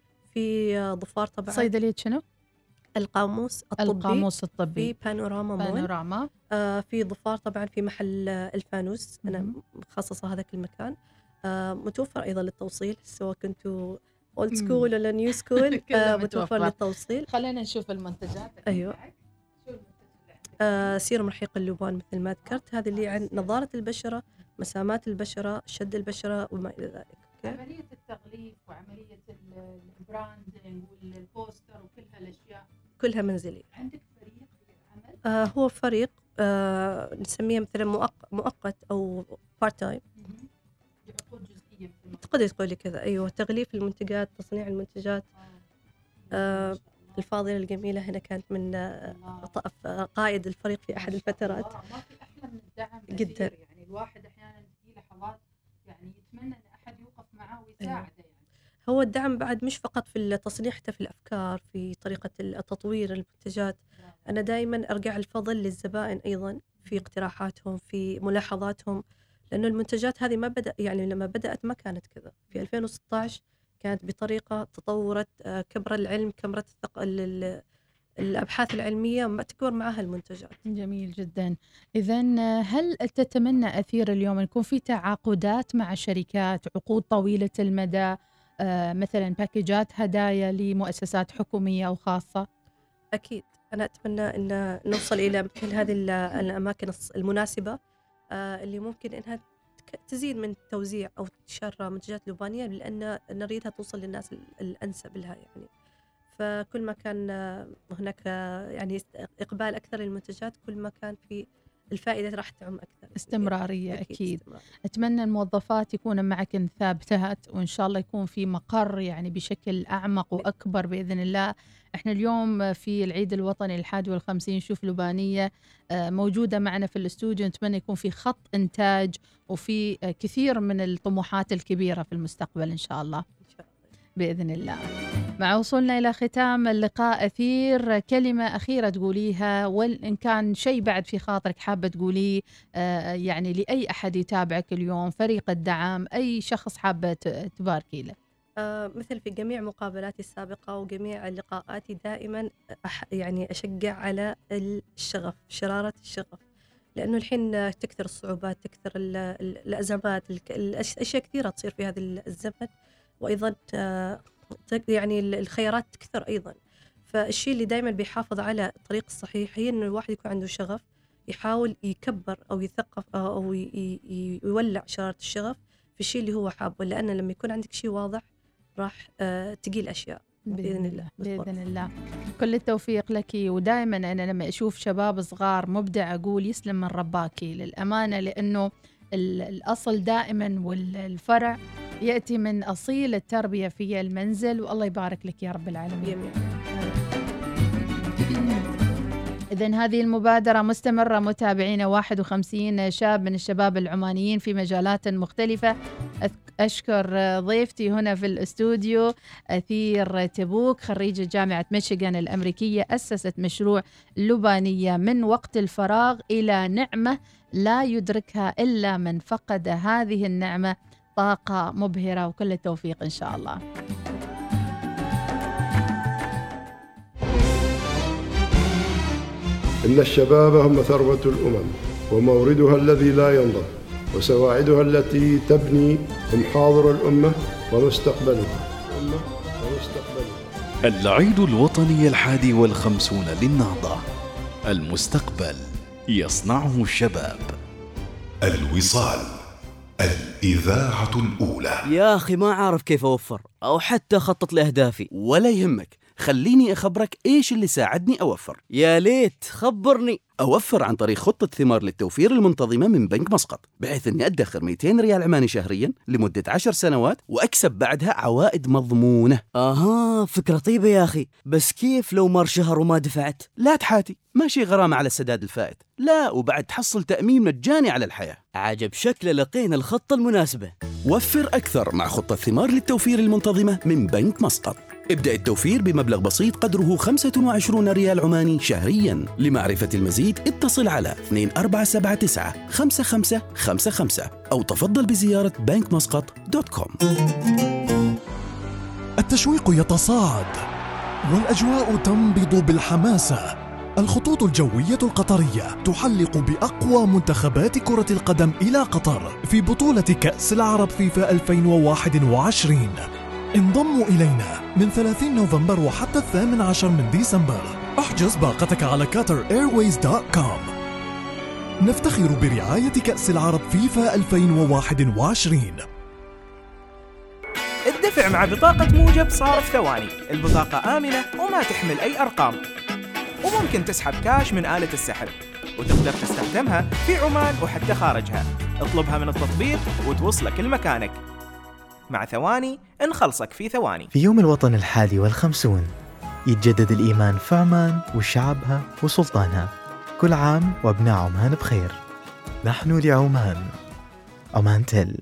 في ظفار طبعا صيدلية شنو؟ القاموس الطبي في بانوراما. في ظفار طبعا في محل الفانوس، أنا مخصصة هذاك المكان. متوفر أيضا للتوصيل، سواء كنتوا اولد سكول ولا نيو سكول متوفر للتوصيل. خلينا نشوف المنتجات. أيوة. سيروم رحيق اللبان مثل ما ذكرت، هذا اللي عن نظارة البشرة، مسامات البشرة، شد البشرة وما إلى ذلك. عملية التغليف وعملية البراندنج والبوستر وكل هالأشياء كلها منزلية. عندك فريق في العمل؟ هو فريق نسميه مثلا مؤقت أو بارت تايم. بعقود جزئية تقدر تقولي كذا. أيوة. تغليف المنتجات، تصنيع المنتجات. الفاضلة الجميلة هنا كانت من قائد الفريق في أحد الفترات. ما في أحلى من الدعم جدا. يعني الواحد أحيانا في لحظات يعني يتمنى أن أحد يوقف معه ويساعده. يعني هو الدعم بعد مش فقط في التصنيع، حتى في الأفكار، في طريقة التطوير المنتجات. أنا دائما أرجع الفضل للزبائن أيضا في اقتراحاتهم، في ملاحظاتهم، لأنه المنتجات هذه ما بدأ يعني لما بدأت ما كانت كذا. في 2016 كانت بطريقة تطورت، كبر العلم، كبرت الأبحاث العلمية، ما تكبر معها المنتجات. جميل جدا. إذن هل تتمنى أثير اليوم يكون في تعاقدات مع شركات، عقود طويلة المدى، مثلا باكيجات هدايا لمؤسسات حكومية أو خاصة؟ أكيد، أنا أتمنى أن نوصل إلى مثل هذه الأماكن المناسبة اللي ممكن أنها تزيد من توزيع أو انتشار منتجات لبنانية، لأن نريدها توصل للناس الأنسب لها يعني. فكل ما كان هناك يعني إقبال أكثر للمنتجات، كل ما كان في الفائدة راح تعم أكثر. استمرارية أكيد. أتمنى الموظفات يكونوا معك ثابتات، وإن شاء الله يكون في مقر يعني بشكل أعمق وأكبر بإذن الله. إحنا اليوم في العيد الوطني 51 شوف لبنانية موجودة معنا في الاستوديو. نتمنى يكون في خط إنتاج وفي كثير من الطموحات الكبيرة في المستقبل إن شاء الله بإذن الله. مع وصولنا إلى ختام اللقاء أثير، كلمة أخيرة تقوليها، وإن كان شيء بعد في خاطرك حابة تقوليه يعني لأي أحد يتابعك اليوم، فريق الدعم، أي شخص حابة تباركي له. مثل في جميع مقابلاتي السابقة وجميع لقاءاتي دائما يعني أشجع على الشغف، شرارة الشغف، لأنه الحين تكثر الصعوبات، تكثر الأزمات، الأشياء كثيرة تصير في هذا الزمن، وأيضا يعني الخيارات تكثر أيضا. فالشيء اللي دائما بيحافظ على الطريق الصحيح هي إنه الواحد يكون عنده شغف، يحاول يكبر أو يثقف أو يولع شرارة الشغف في الشيء اللي هو حابه، لأن لما يكون عندك شيء واضح راح تجي الأشياء بإذن الله. بإذن الله. كل التوفيق لك. ودائما أنا لما أشوف شباب صغار مبدع أقول يسلم من رباكي للأمانة، لأنه الأصل دائما والفرع يأتي من أصيل التربية في المنزل، والله يبارك لك يا رب العالمين. إذن هذه المبادرة مستمرة متابعينا، 51 شاب من الشباب العمانيين في مجالات مختلفة. أشكر ضيفتي هنا في الاستوديو أثير تبوك، خريجة جامعة ميشيغان الأمريكية، أسست مشروع لبنانية من وقت الفراغ إلى نعمة لا يدركها إلا من فقد هذه النعمة. طاقة مبهرة وكل التوفيق إن شاء الله. إن الشباب هم ثروة الأمم وموردها الذي لا ينضب، وسواعدها التي تبني هم حاضر الأمة ومستقبلها. العيد الوطني 51 للنهضة، المستقبل يصنعه الشباب. الوصال، الإذاعة الأولى. يا أخي ما أعرف كيف أوفر أو حتى أخطط لأهدافي. ولا يهمك، خليني أخبرك إيش اللي ساعدني أوفر. يا ليت خبرني. أوفر عن طريق خطة ثمار للتوفير المنتظمة من بنك مسقط، بحيث أني أدخر 200 ريال عماني شهريا لمدة 10 سنوات وأكسب بعدها عوائد مضمونة. فكرة طيبة يا أخي، بس كيف لو مر شهر وما دفعت؟ لا تحاتي، ماشي غرامة على السداد الفائت، لا وبعد تحصل تأمين مجاني على الحياة. عجب، شكله لقينا الخطة المناسبة. وفر أكثر مع خطة ثمار للتوفير المنتظمة من بنك مسقط. ابدأ التوفير بمبلغ بسيط قدره 25 ريال عماني شهريا. لمعرفة المزيد اتصل على 2479 5555 أو تفضل بزيارة bankmuscat.com. التشويق يتصاعد والأجواء تنبض بالحماسة. الخطوط الجوية القطرية تحلق بأقوى منتخبات كرة القدم إلى قطر في بطولة كأس العرب فيفا 2021. انضموا إلينا من 30 نوفمبر وحتى 18 من ديسمبر. احجز باقتك على QatarAirways.com. نفتخر برعاية كأس العرب فيفا 2021. الدفع مع بطاقة موجب صار في ثواني. البطاقة آمنة وما تحمل أي أرقام، وممكن تسحب كاش من آلة السحب، وتقدر تستخدمها في عمان وحتى خارجها. اطلبها من التطبيق وتوصلك لمكانك. مع ثواني نخلصك في ثواني. في يوم الوطن 51 يتجدد الإيمان في عمان وشعبها وسلطانها. كل عام وأبناء عمان بخير. نحن لعمان. عمان تل.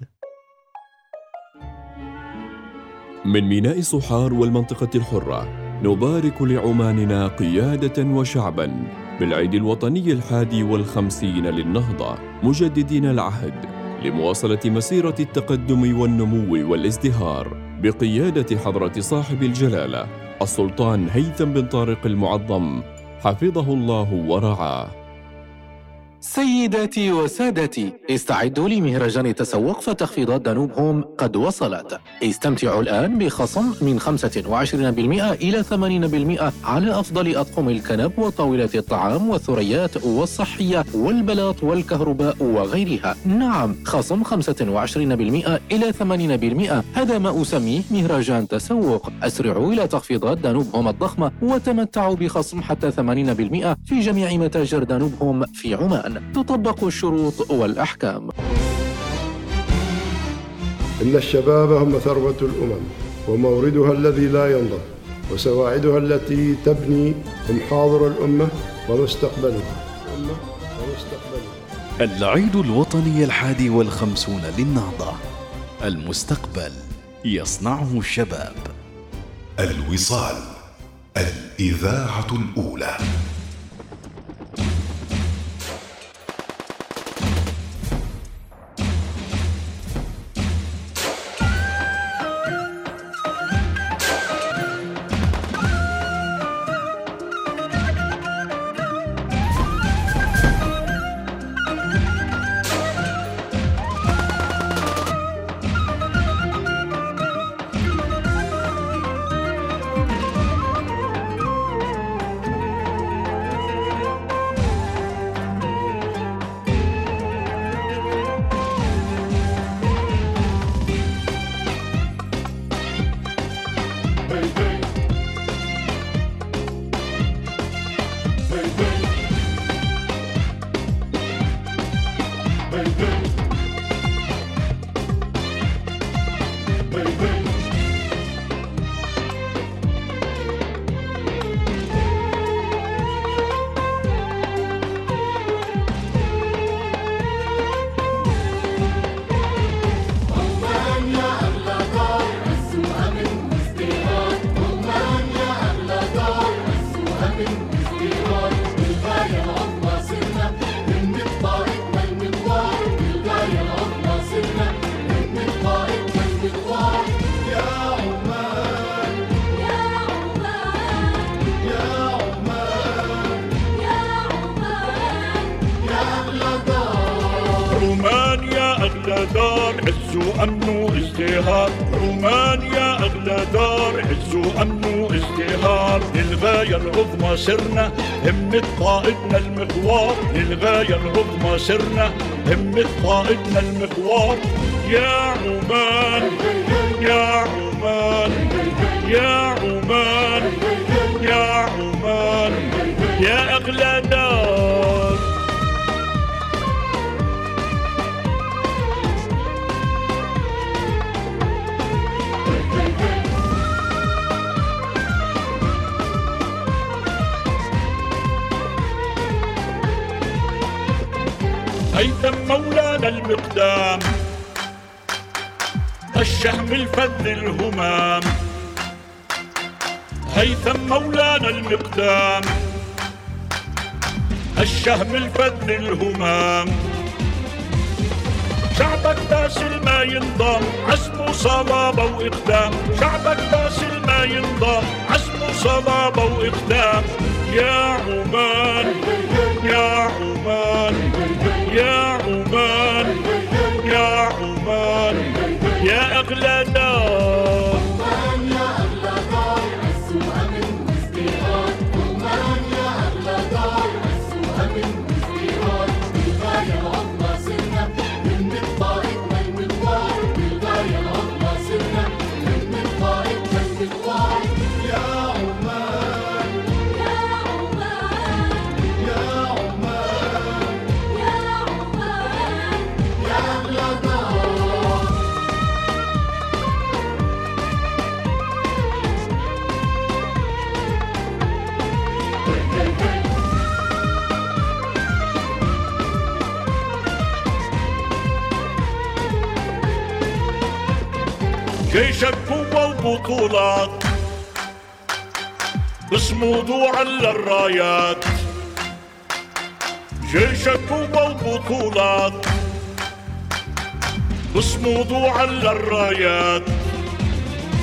من ميناء صحار والمنطقة الحرة نبارك لعماننا قيادة وشعبا بالعيد الوطني 51 للنهضة، مجددين العهد لمواصلة مسيرة التقدم والنمو والازدهار بقيادة حضرة صاحب الجلالة السلطان هيثم بن طارق المعظم حفظه الله ورعاه. سيداتي وسادتي، استعدوا لمهرجان التسوق، فتخفيضات دانوب هوم قد وصلت. استمتعوا الآن بخصم من 25% إلى 80% على أفضل أطقم الكنب وطاولات الطعام والثريات والصحية والبلاط والكهرباء وغيرها. نعم، خصم 25% إلى 80%. هذا ما أسميه مهرجان تسوق. أسرعوا إلى تخفيضات دانوب هوم الضخمة وتمتعوا بخصم حتى 80% في جميع متاجر دانوب هوم في عمان. تطبق الشروط والأحكام. إن الشباب هم ثروة الأمم وموردها الذي لا ينضب، وسواعدها التي تبني هم حاضر الأمة ومستقبلها. العيد الوطني 51 للنهضة، المستقبل يصنعه الشباب. الوصال، الإذاعة الأولى. دار عز وأمن وازدهار، عمان يا أغلى دار عز وأمن وازدهار. للغاية العظمى سرنا همة قائدنا المغوار، للغاية العظمى سرنا همة قائدنا المغوار. يا عمان يا عمان يا عمان يا عمان يا أغلى دار. هيثم مولانا المقدام، الشهم الفذ الهمام. هيثم مولانا المقدام، الشهم الفذ الهمام. شعبك باسل ما ينضام، عزمه صلابة وإقدام. شعبك باسل ما ينضام، عزمه صلابة وإقدام. يا عمان يا عمان يا عمان يا عمان يا أغلى دار. عمان يا أغلى دار عز وأمن وازدهار، عمان يا أغلى دار عز وأمن وازدهار. بالغاية العظمى سرنا همة قائدنا المغوار، بالغاية العظمى سرنا همة قائدنا المغوار. يا عمان يا عمان يا عمان يا عمان يا أغلى دار. جيشك قوة وبطولات، بس موضوعا للرايات. جيشك قوة وبطولات، بس موضوعا للرايات.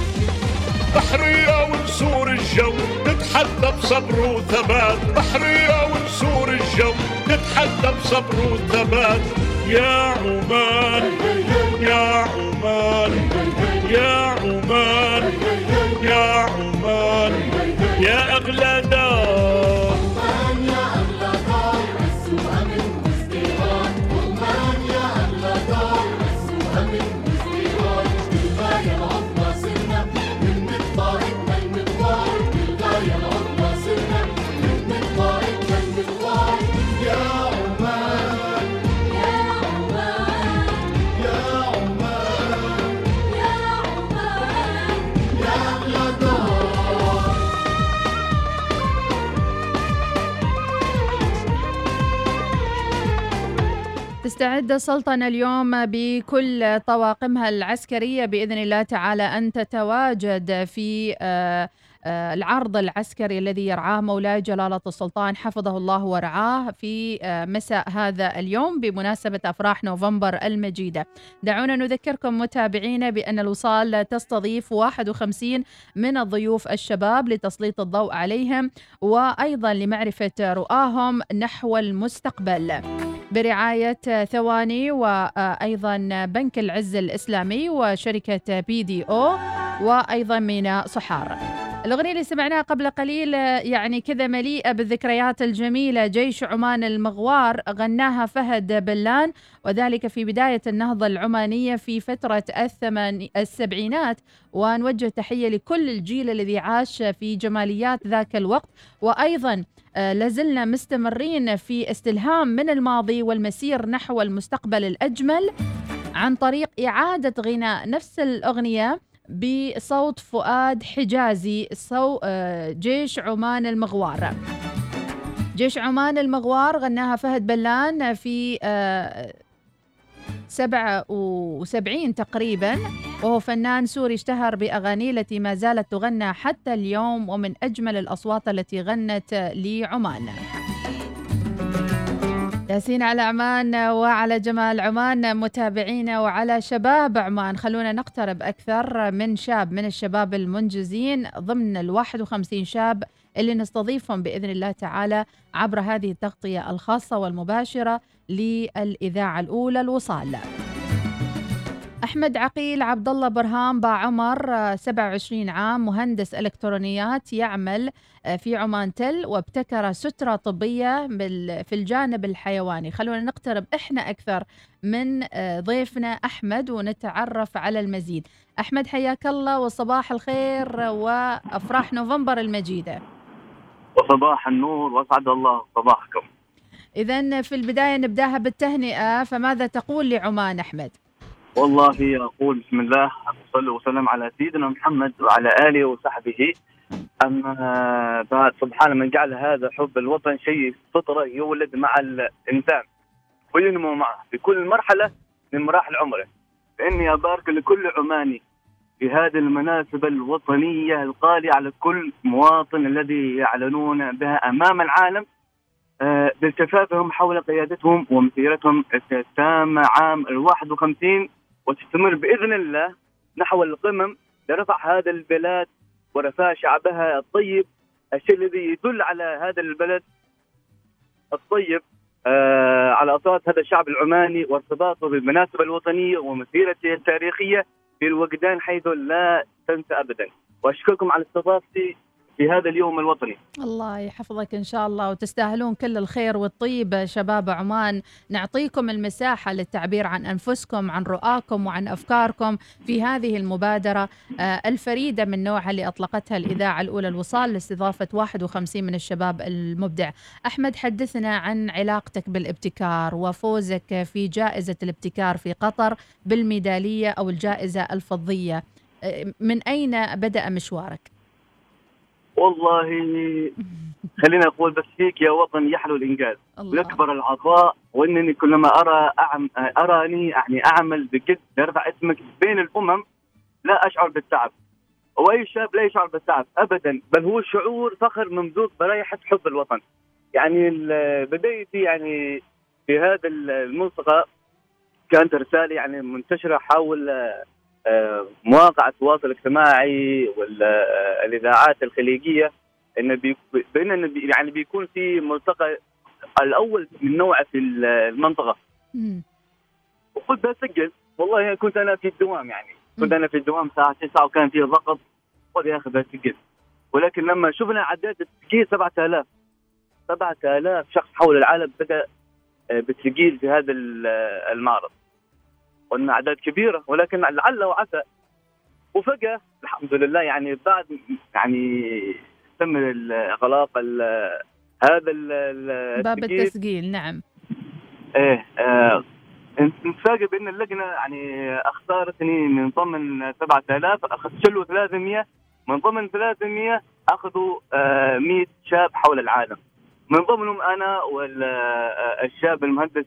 بحرية ونسور الجو نتحدى بصبر وثبات، بحرية ونسور الجو نتحدى بصبر وثبات. يا عمان يا عمان يا عمان يا عمان يا أغلى دار. عمان يا أغلى دار، عز وأمن وازدهار. عمان يا أغلى دار، عز وأمن وازدهار. بالغاية العظمى سرنا من مطلعنا المغوار، بالغاية العظمى سرنا من مطلعنا المغوار. يا عمان يا عمان يا عمان يا عمان يا أغلى دار. تستعد السلطنة اليوم بكل طواقمها العسكرية بإذن الله تعالى أن تتواجد في العرض العسكري الذي يرعاه مولاي جلالة السلطان حفظه الله ورعاه في مساء هذا اليوم بمناسبة أفراح نوفمبر المجيدة. دعونا نذكركم متابعينا بأن الوصال تستضيف 51 من الضيوف الشباب لتسليط الضوء عليهم وأيضا لمعرفة رؤاهم نحو المستقبل برعاية ثواني وأيضا بنك العز الإسلامي وشركة BDO وأيضا ميناء صحار. الأغنية اللي سمعناها قبل قليل يعني كذا مليئة بالذكريات الجميلة. جيش عمان المغوار غناها فهد بلان، وذلك في بداية النهضة العمانية في فترة السبعينات، ونوجه تحية لكل الجيل الذي عاش في جماليات ذاك الوقت. وأيضا لازلنا مستمرين في استلهام من الماضي والمسير نحو المستقبل الأجمل عن طريق إعادة غناء نفس الأغنية بصوت فؤاد حجازي، جيش عمان المغوار. جيش عمان المغوار غناها فهد بلان في 77 تقريبا، وهو فنان سوري اشتهر بأغانيه التي ما زالت تغنى حتى اليوم، ومن أجمل الأصوات التي غنت لعمان. ياسين على عمان وعلى جمال عمان متابعينا وعلى شباب عمان. خلونا نقترب أكثر من شاب من الشباب المنجزين ضمن 51 شاب اللي نستضيفهم بإذن الله تعالى عبر هذه التغطية الخاصة والمباشرة للإذاعة الأولى الوصال. أحمد عقيل عبد الله برهام باعمر 27 عام، مهندس إلكترونيات، يعمل في عمان تل، وابتكر سترة طبية في الجانب الحيواني. خلونا نقترب إحنا أكثر من ضيفنا أحمد ونتعرف على المزيد. أحمد حياك الله وصباح الخير وأفراح نوفمبر المجيدة. وصباح النور وأسعد الله صباحكم. إذن في البداية نبداها بالتهنئة، فماذا تقول لعمان أحمد؟ والله أقول بسم الله صلوا وسلم على سيدنا محمد وعلى آله وصحبه. أما بعد، سبحان من جعل هذا حب الوطن شيء فطرة يولد مع الإنسان وينمو معه في كل مرحلة من مراحل عمره. فإني أبارك لكل عماني في هذه المناسبة الوطنية الغالية على كل مواطن الذي يعلنون بها أمام العالم بالتفافهم حول قيادتهم ومسيرتهم التامة عام 51، وتستمر بإذن الله نحو القمم لرفع هذا البلاد ورفاع شعبها الطيب. الشيء الذي يدل على هذا البلد الطيب على أصالة هذا الشعب العماني وارتباطه بالمناسبة الوطنية ومسيرته التاريخية في الوجدان حيث لا تنسى أبدا. وأشكركم على استضافتي في هذا اليوم الوطني. الله يحفظك إن شاء الله، وتستاهلون كل الخير والطيب شباب عمان. نعطيكم المساحة للتعبير عن أنفسكم، عن رؤاكم وعن أفكاركم في هذه المبادرة الفريدة من نوعها اللي أطلقتها الإذاعة الأولى الوصال لاستضافة 51 من الشباب المبدع. أحمد، حدثنا عن علاقتك بالابتكار وفوزك في جائزة الابتكار في قطر بالميدالية أو الجائزة الفضية. من أين بدأ مشوارك؟ والله خلينا أقول بس فيك يا وطن يحلو الإنجاز ويكبر العطاء، وإنني كلما أراني يعني أعمل بجد لرفع اسمك بين الأمم لا أشعر بالتعب، وأي شاب لا يشعر بالتعب أبدا، بل هو شعور فخر ممزوج برائحة حب الوطن. يعني بدايتي يعني في هذا الملتقى كانت رسالة يعني منتشرة حول مواقع التواصل الاجتماعي والإذاعات الخليجية إنه يعني بيكون في ملتقى الأول من نوعه في المنطقة. وقلت بسجل، والله كنت أنا في الدوام، يعني كنت أنا في الدوام الساعة 9 وكان فيه ضغط، قلت يا أخي بسجل. ولكن لما شفنا عداد التسجيل 7000 شخص حول العالم بدأ بالتسجيل في هذا المعرض. قلنا أعداد كبيرة، ولكن لعل وعسى. وفجأة الحمد لله يعني بعد يعني تم إغلاق هذا باب التسجيل. نعم. نتفاجئ بأن اللجنة يعني اختارتني من ضمن 7000، أخذوا 300، من ضمن 300 أخذوا 100 شاب حول العالم، من ضمنهم أنا والشاب المهندس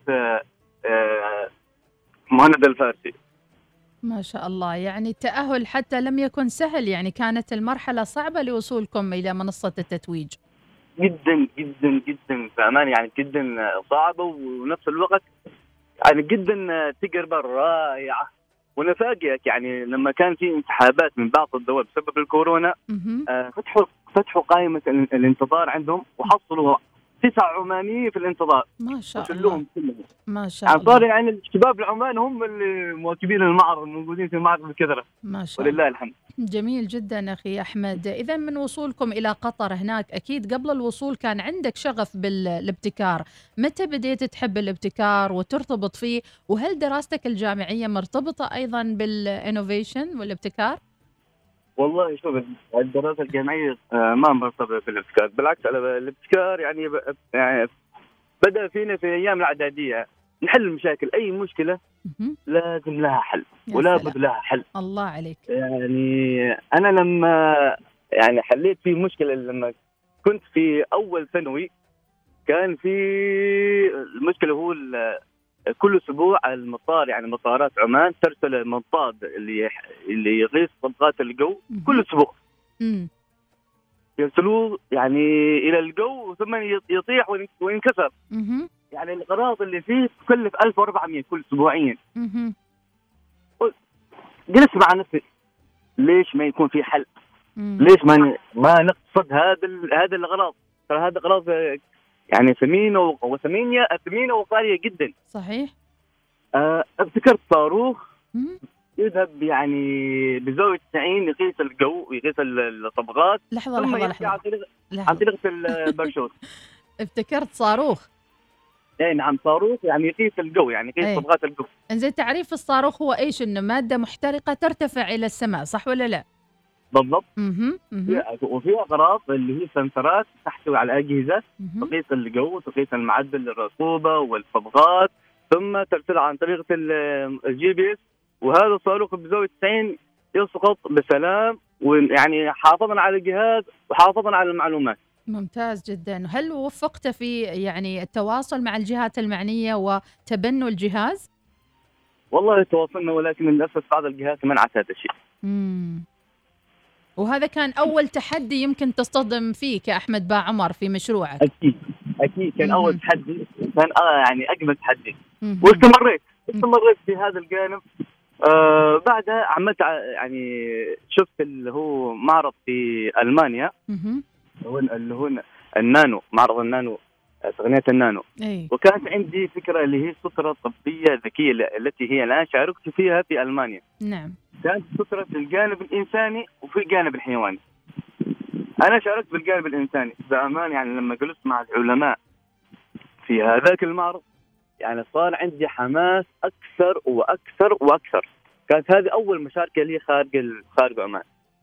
مهند الفارسي. ما شاء الله، يعني التأهل حتى لم يكن سهل، يعني كانت المرحلة صعبة لوصولكم إلى منصة التتويج. جدا جدا جدا بأمان، يعني جدا صعبة، ونفس الوقت يعني جدا تجربة رائعة. ونفاجئك يعني لما كان في انسحابات من بعض الدول بسبب الكورونا، فتحوا قائمة الانتظار عندهم وحصلوا 9 عمانيين في الانتظار. ما شاء الله. ما شاء الله. صار يعني الشباب العمان هم اللي مواكبين المعرض، موجودين في المعرض بكثرة. ما شاء الله. ولله الحمد. جميل جدا أخي أحمد. إذا من وصولكم إلى قطر هناك أكيد قبل الوصول كان عندك شغف بالابتكار، متى بديت تحب الابتكار وترتبط فيه؟ وهل دراستك الجامعية مرتبطة أيضا بالإنوفيشن والابتكار؟ والله شوف، الدراسة الجامعية ما مرتبطة بالابتكار، بالعكس الابتكار يعني بدأ فينا في أيام الإعدادية، نحل المشاكل، أي مشكلة لازم لها حل ولا بد لها حل. الله عليك. يعني أنا لما يعني حليت في مشكلة لما كنت في أول ثانوي، كان في المشكلة هو كل أسبوع المطار، يعني مطارات عمان ترسل منطاد اللي يقيس طبقات الجو كل أسبوع. يرسلوه يعني إلى الجو ثم يطيح وينكسر. يعني الأغراض اللي فيه تكلف 1400 كل أسبوعين. جلست مع نفسي، ليش ما يكون في حل؟ ليش ما نقصد هذا الأغراض؟ ترى هذا أغراض يعني ثمينة وغالية جدا. صحيح. ابتكرت صاروخ يذهب يعني بزاوية 90 يقيس الجو ويقيس الطبقات. لحظة. عن طريق الباراشوت. ابتكرت صاروخ. اي نعم، صاروخ يعني يقيس الجو، يعني يقيس طبقات الجو. انزين، تعريف الصاروخ هو ايش؟ انه مادة محترقة ترتفع الى السماء، صح ولا لا؟ بالضبط. وفي أغراض اللي هي سنسرات تحتوي على أجهزة تقيس الجو وتقيس المعدل الرطوبة والطبقات، ثم ترسلها عن طريق الGPS، وهذا الصاروخ بزاوية 90 يسقط بسلام، ويعني حافظا على الجهاز وحافظا على المعلومات. ممتاز جدا. هل وفقت في يعني التواصل مع الجهات المعنية وتبنوا الجهاز؟ والله تواصلنا، ولكن للأسف بعض الجهات منعت هذا الشيء. وهذا كان أول تحدي يمكن تصطدم فيه كأحمد با عمر في مشروعك. أكيد كان أول تحدي، كان يعني أجمل تحدي. واستمريت في هذا الجانب. بعدها عملت يعني شفت اللي هو معرض في ألمانيا، اللي هو النانو، معرض النانو، تقنية النانو. وكانت عندي فكرة اللي هي سترة طبية ذكية التي هي الآن شاركت فيها في ألمانيا. نعم. كانت سترة في الجانب الإنساني وفي الجانب الحيواني. أنا شاركت بالجانب الإنساني بأمان، يعني لما جلست مع العلماء في هذاك المعرض يعني صار عندي حماس أكثر وأكثر وأكثر. كانت هذه أول مشاركة لي خارج عمان.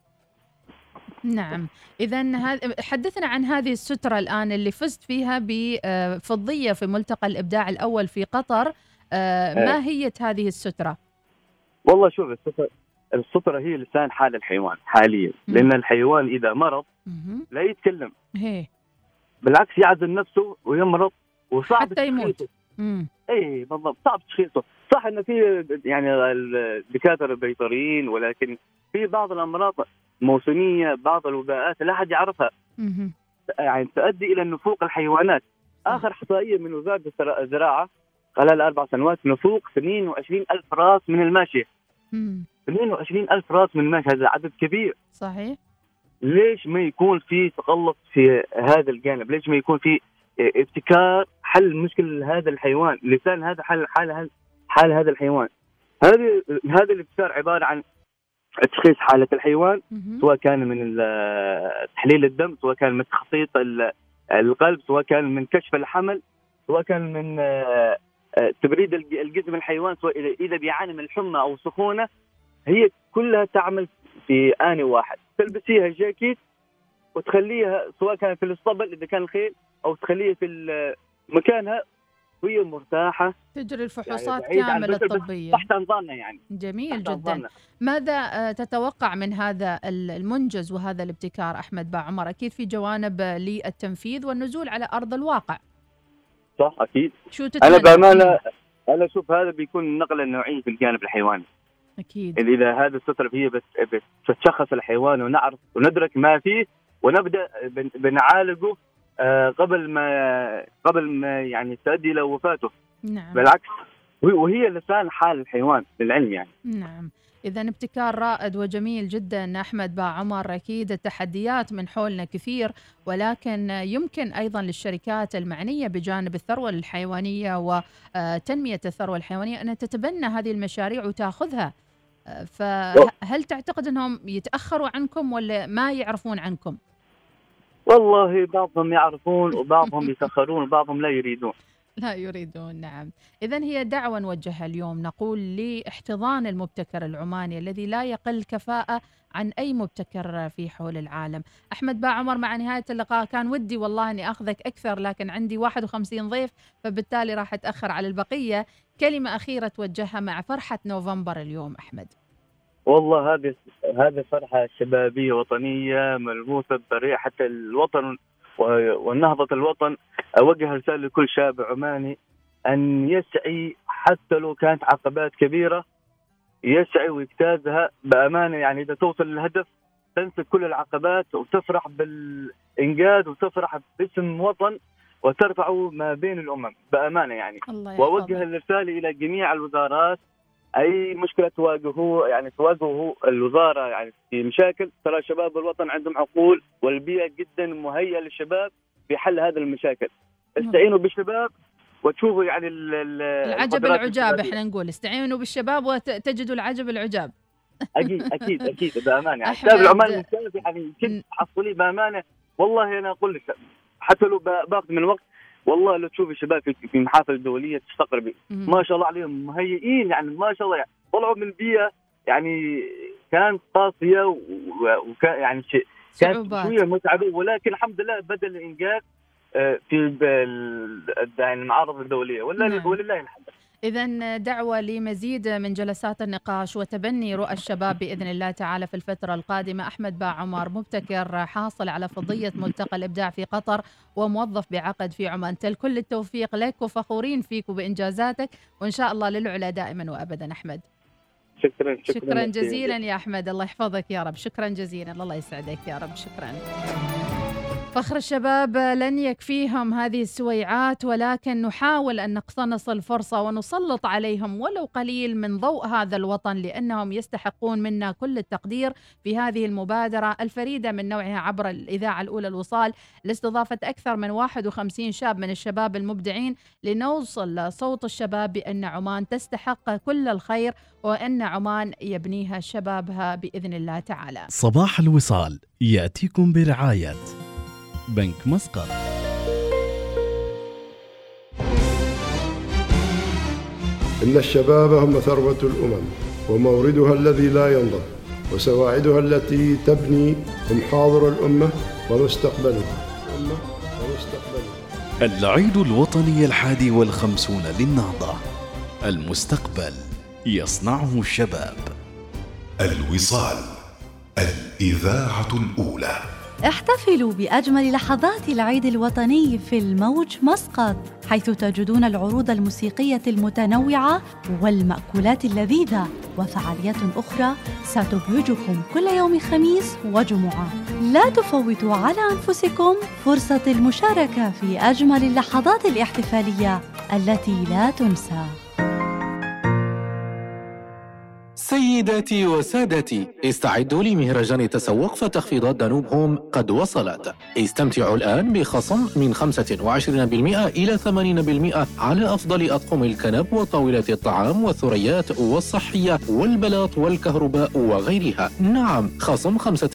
نعم. إذن حدثنا عن هذه السترة الآن اللي فزت فيها بفضية في ملتقى الإبداع الأول في قطر. ما هي هذه السترة؟ والله شوف، السترة هي لسان حال الحيوان حاليا. لأن الحيوان إذا مرض لا يتكلم، بالعكس يعزل نفسه ويمرض وصعب حتى يموت. اي بالضبط، صعب تشخيصه. صح انه في يعني الدكاتره البيطريين، ولكن في بعض الامراض موسميه، بعض الوباءات لا احد يعرفها، يعني تؤدي الى نفوق الحيوانات. اخر احصائيه من وزاره الزراعه خلال 4 سنوات نفوق 22,000 راس من الماشيه. 22,000 راس من الماء، هذا عدد كبير. صحيح. ليش ما يكون في تقلص في هذا الجانب؟ ليش ما يكون في ابتكار حل مشكلة هذا الحيوان؟ لسان هذا حال هذا الحيوان. هذا الابتكار عبارة عن تشخيص حالة الحيوان، سواء كان من تحليل الدم، سواء كان من تخطيط القلب، سواء كان من كشف الحمل، سواء كان من تبريد الجسم الحيوان، سواء إذا بيعاني من الحمى أو سخونة. هي كلها تعمل في آن واحد. تلبسيها جاكيت وتخليها سواء كان في الاسطبل إذا كان الخيل، أو تخليها في مكانها وهي مرتاحة، تجري الفحوصات يعني كاملة الطبية تحت أنظارنا. يعني جميل جدا. ماذا تتوقع من هذا المنجز وهذا الابتكار أحمد باعمر؟ أكيد في جوانب للتنفيذ والنزول على أرض الواقع. صح أكيد. شو تتمنى؟ أنا بأمانة أنا أشوف هذا بيكون نقلة نوعية في الجانب الحيواني. أكيد. إذا هذا الستر هي بتشخص الحيوان ونعرف وندرك ما فيه ونبدأ بنعالجه قبل ما يعني تؤدي إلى وفاته. نعم. بالعكس، وهي لسان حال الحيوان للعلم يعني. نعم. إذا ابتكار رائد وجميل جدا أحمد باعمر. أكيد التحديات من حولنا كثير، ولكن يمكن أيضا للشركات المعنية بجانب الثروة الحيوانية وتنمية الثروة الحيوانية أن تتبنى هذه المشاريع وتأخذها. فهل تعتقد أنهم يتأخروا عنكم ولا ما يعرفون عنكم؟ والله بعضهم يعرفون وبعضهم يتأخرون وبعضهم لا يريدون. لا يريدون. نعم. إذن هي دعوة نوجهها اليوم، نقول لاحتضان المبتكر العماني الذي لا يقل كفاءة عن أي مبتكر في حول العالم. أحمد باعمر، مع نهاية اللقاء كان ودي والله أني أخذك أكثر، لكن عندي 51 ضيف فبالتالي راح أتأخر على البقية. كلمة أخيرة توجهها مع فرحة نوفمبر اليوم أحمد. والله هذه فرحة شبابية وطنية ملموسة بريحة الوطن والنهضة الوطن. أوجه رسالة لكل شاب عماني أن يسعي حتى لو كانت عقبات كبيرة، يسعي ويجتازها بأمانة. يعني إذا توصل للهدف تنسى كل العقبات وتفرح بالإنجاز وتفرح باسم وطن وترفعه ما بين الأمم بأمانة يعني. وأوجه الرسالة إلى جميع الوزارات، أي مشكلة تواجهه الوزارة يعني في مشاكل، ترى شباب الوطن عندهم عقول والبيئة جدا مهيئة للشباب بحل هذه المشاكل. استعينوا بالشباب وتشوفوا يعني العجب العجاب. احنا نقول استعينوا بالشباب وتجدوا العجب العجاب. أكيد بأمانة. يعني الشباب العماني ممتاز، يعني كنت حصلي بأمانة. والله أنا أقول لك حتى لو باخذ من الوقت، والله لو تشوف الشباب في محافل دولية تستغربي ما شاء الله عليهم مهيئين، يعني ما شاء الله يعني طلعوا من البيئة يعني كانت قاسية وكان يعني كانت شوية متعبة، ولكن الحمد لله بدأ الإنجاز في المعارض الدولية ولله الحمد. إذن دعوة لمزيد من جلسات النقاش وتبني رؤى الشباب بإذن الله تعالى في الفترة القادمة. أحمد باعمر، مبتكر حاصل على فضية ملتقى الإبداع في قطر وموظف بعقد في عمان. كل التوفيق لك وفخورين فيك وبإنجازاتك، وإن شاء الله للعلا دائما وأبدا. أحمد شكرا جزيلا يا أحمد، الله يحفظك يا رب. شكرا جزيلا، الله يسعدك يا رب. شكرا. فخر الشباب لن يكفيهم هذه السويعات، ولكن نحاول أن نقتنص الفرصة ونسلط عليهم ولو قليل من ضوء هذا الوطن، لأنهم يستحقون منا كل التقدير في هذه المبادرة الفريدة من نوعها عبر الإذاعة الأولى الوصال لاستضافة أكثر من 51 شاب من الشباب المبدعين، لنوصل صوت الشباب بأن عمان تستحق كل الخير وأن عمان يبنيها شبابها بإذن الله تعالى. صباح الوصال يأتيكم برعاية بنك مسقط. إن الشباب هم ثروة الأمم وموردها الذي لا ينضب، وسواعدها التي تبني هم حاضر الأمة ومستقبلها. العيد الوطني 51 للنهضة، المستقبل يصنعه الشباب. الوصال، الإذاعة الأولى. احتفلوا بأجمل لحظات العيد الوطني في الموج مسقط، حيث تجدون العروض الموسيقية المتنوعة والمأكولات اللذيذة وفعاليات أخرى ستبهجكم كل يوم خميس وجمعة. لا تفوتوا على أنفسكم فرصة المشاركة في أجمل اللحظات الاحتفالية التي لا تنسى. سيداتي وسادتي، استعدوا لمهرجان تسوق فتخفيضات دانوب هوم قد وصلت. استمتعوا الآن بخصم من 25% إلى 80% على أفضل أطقم الكنب وطاولات الطعام والثريات والصحية والبلاط والكهرباء وغيرها. نعم، خصم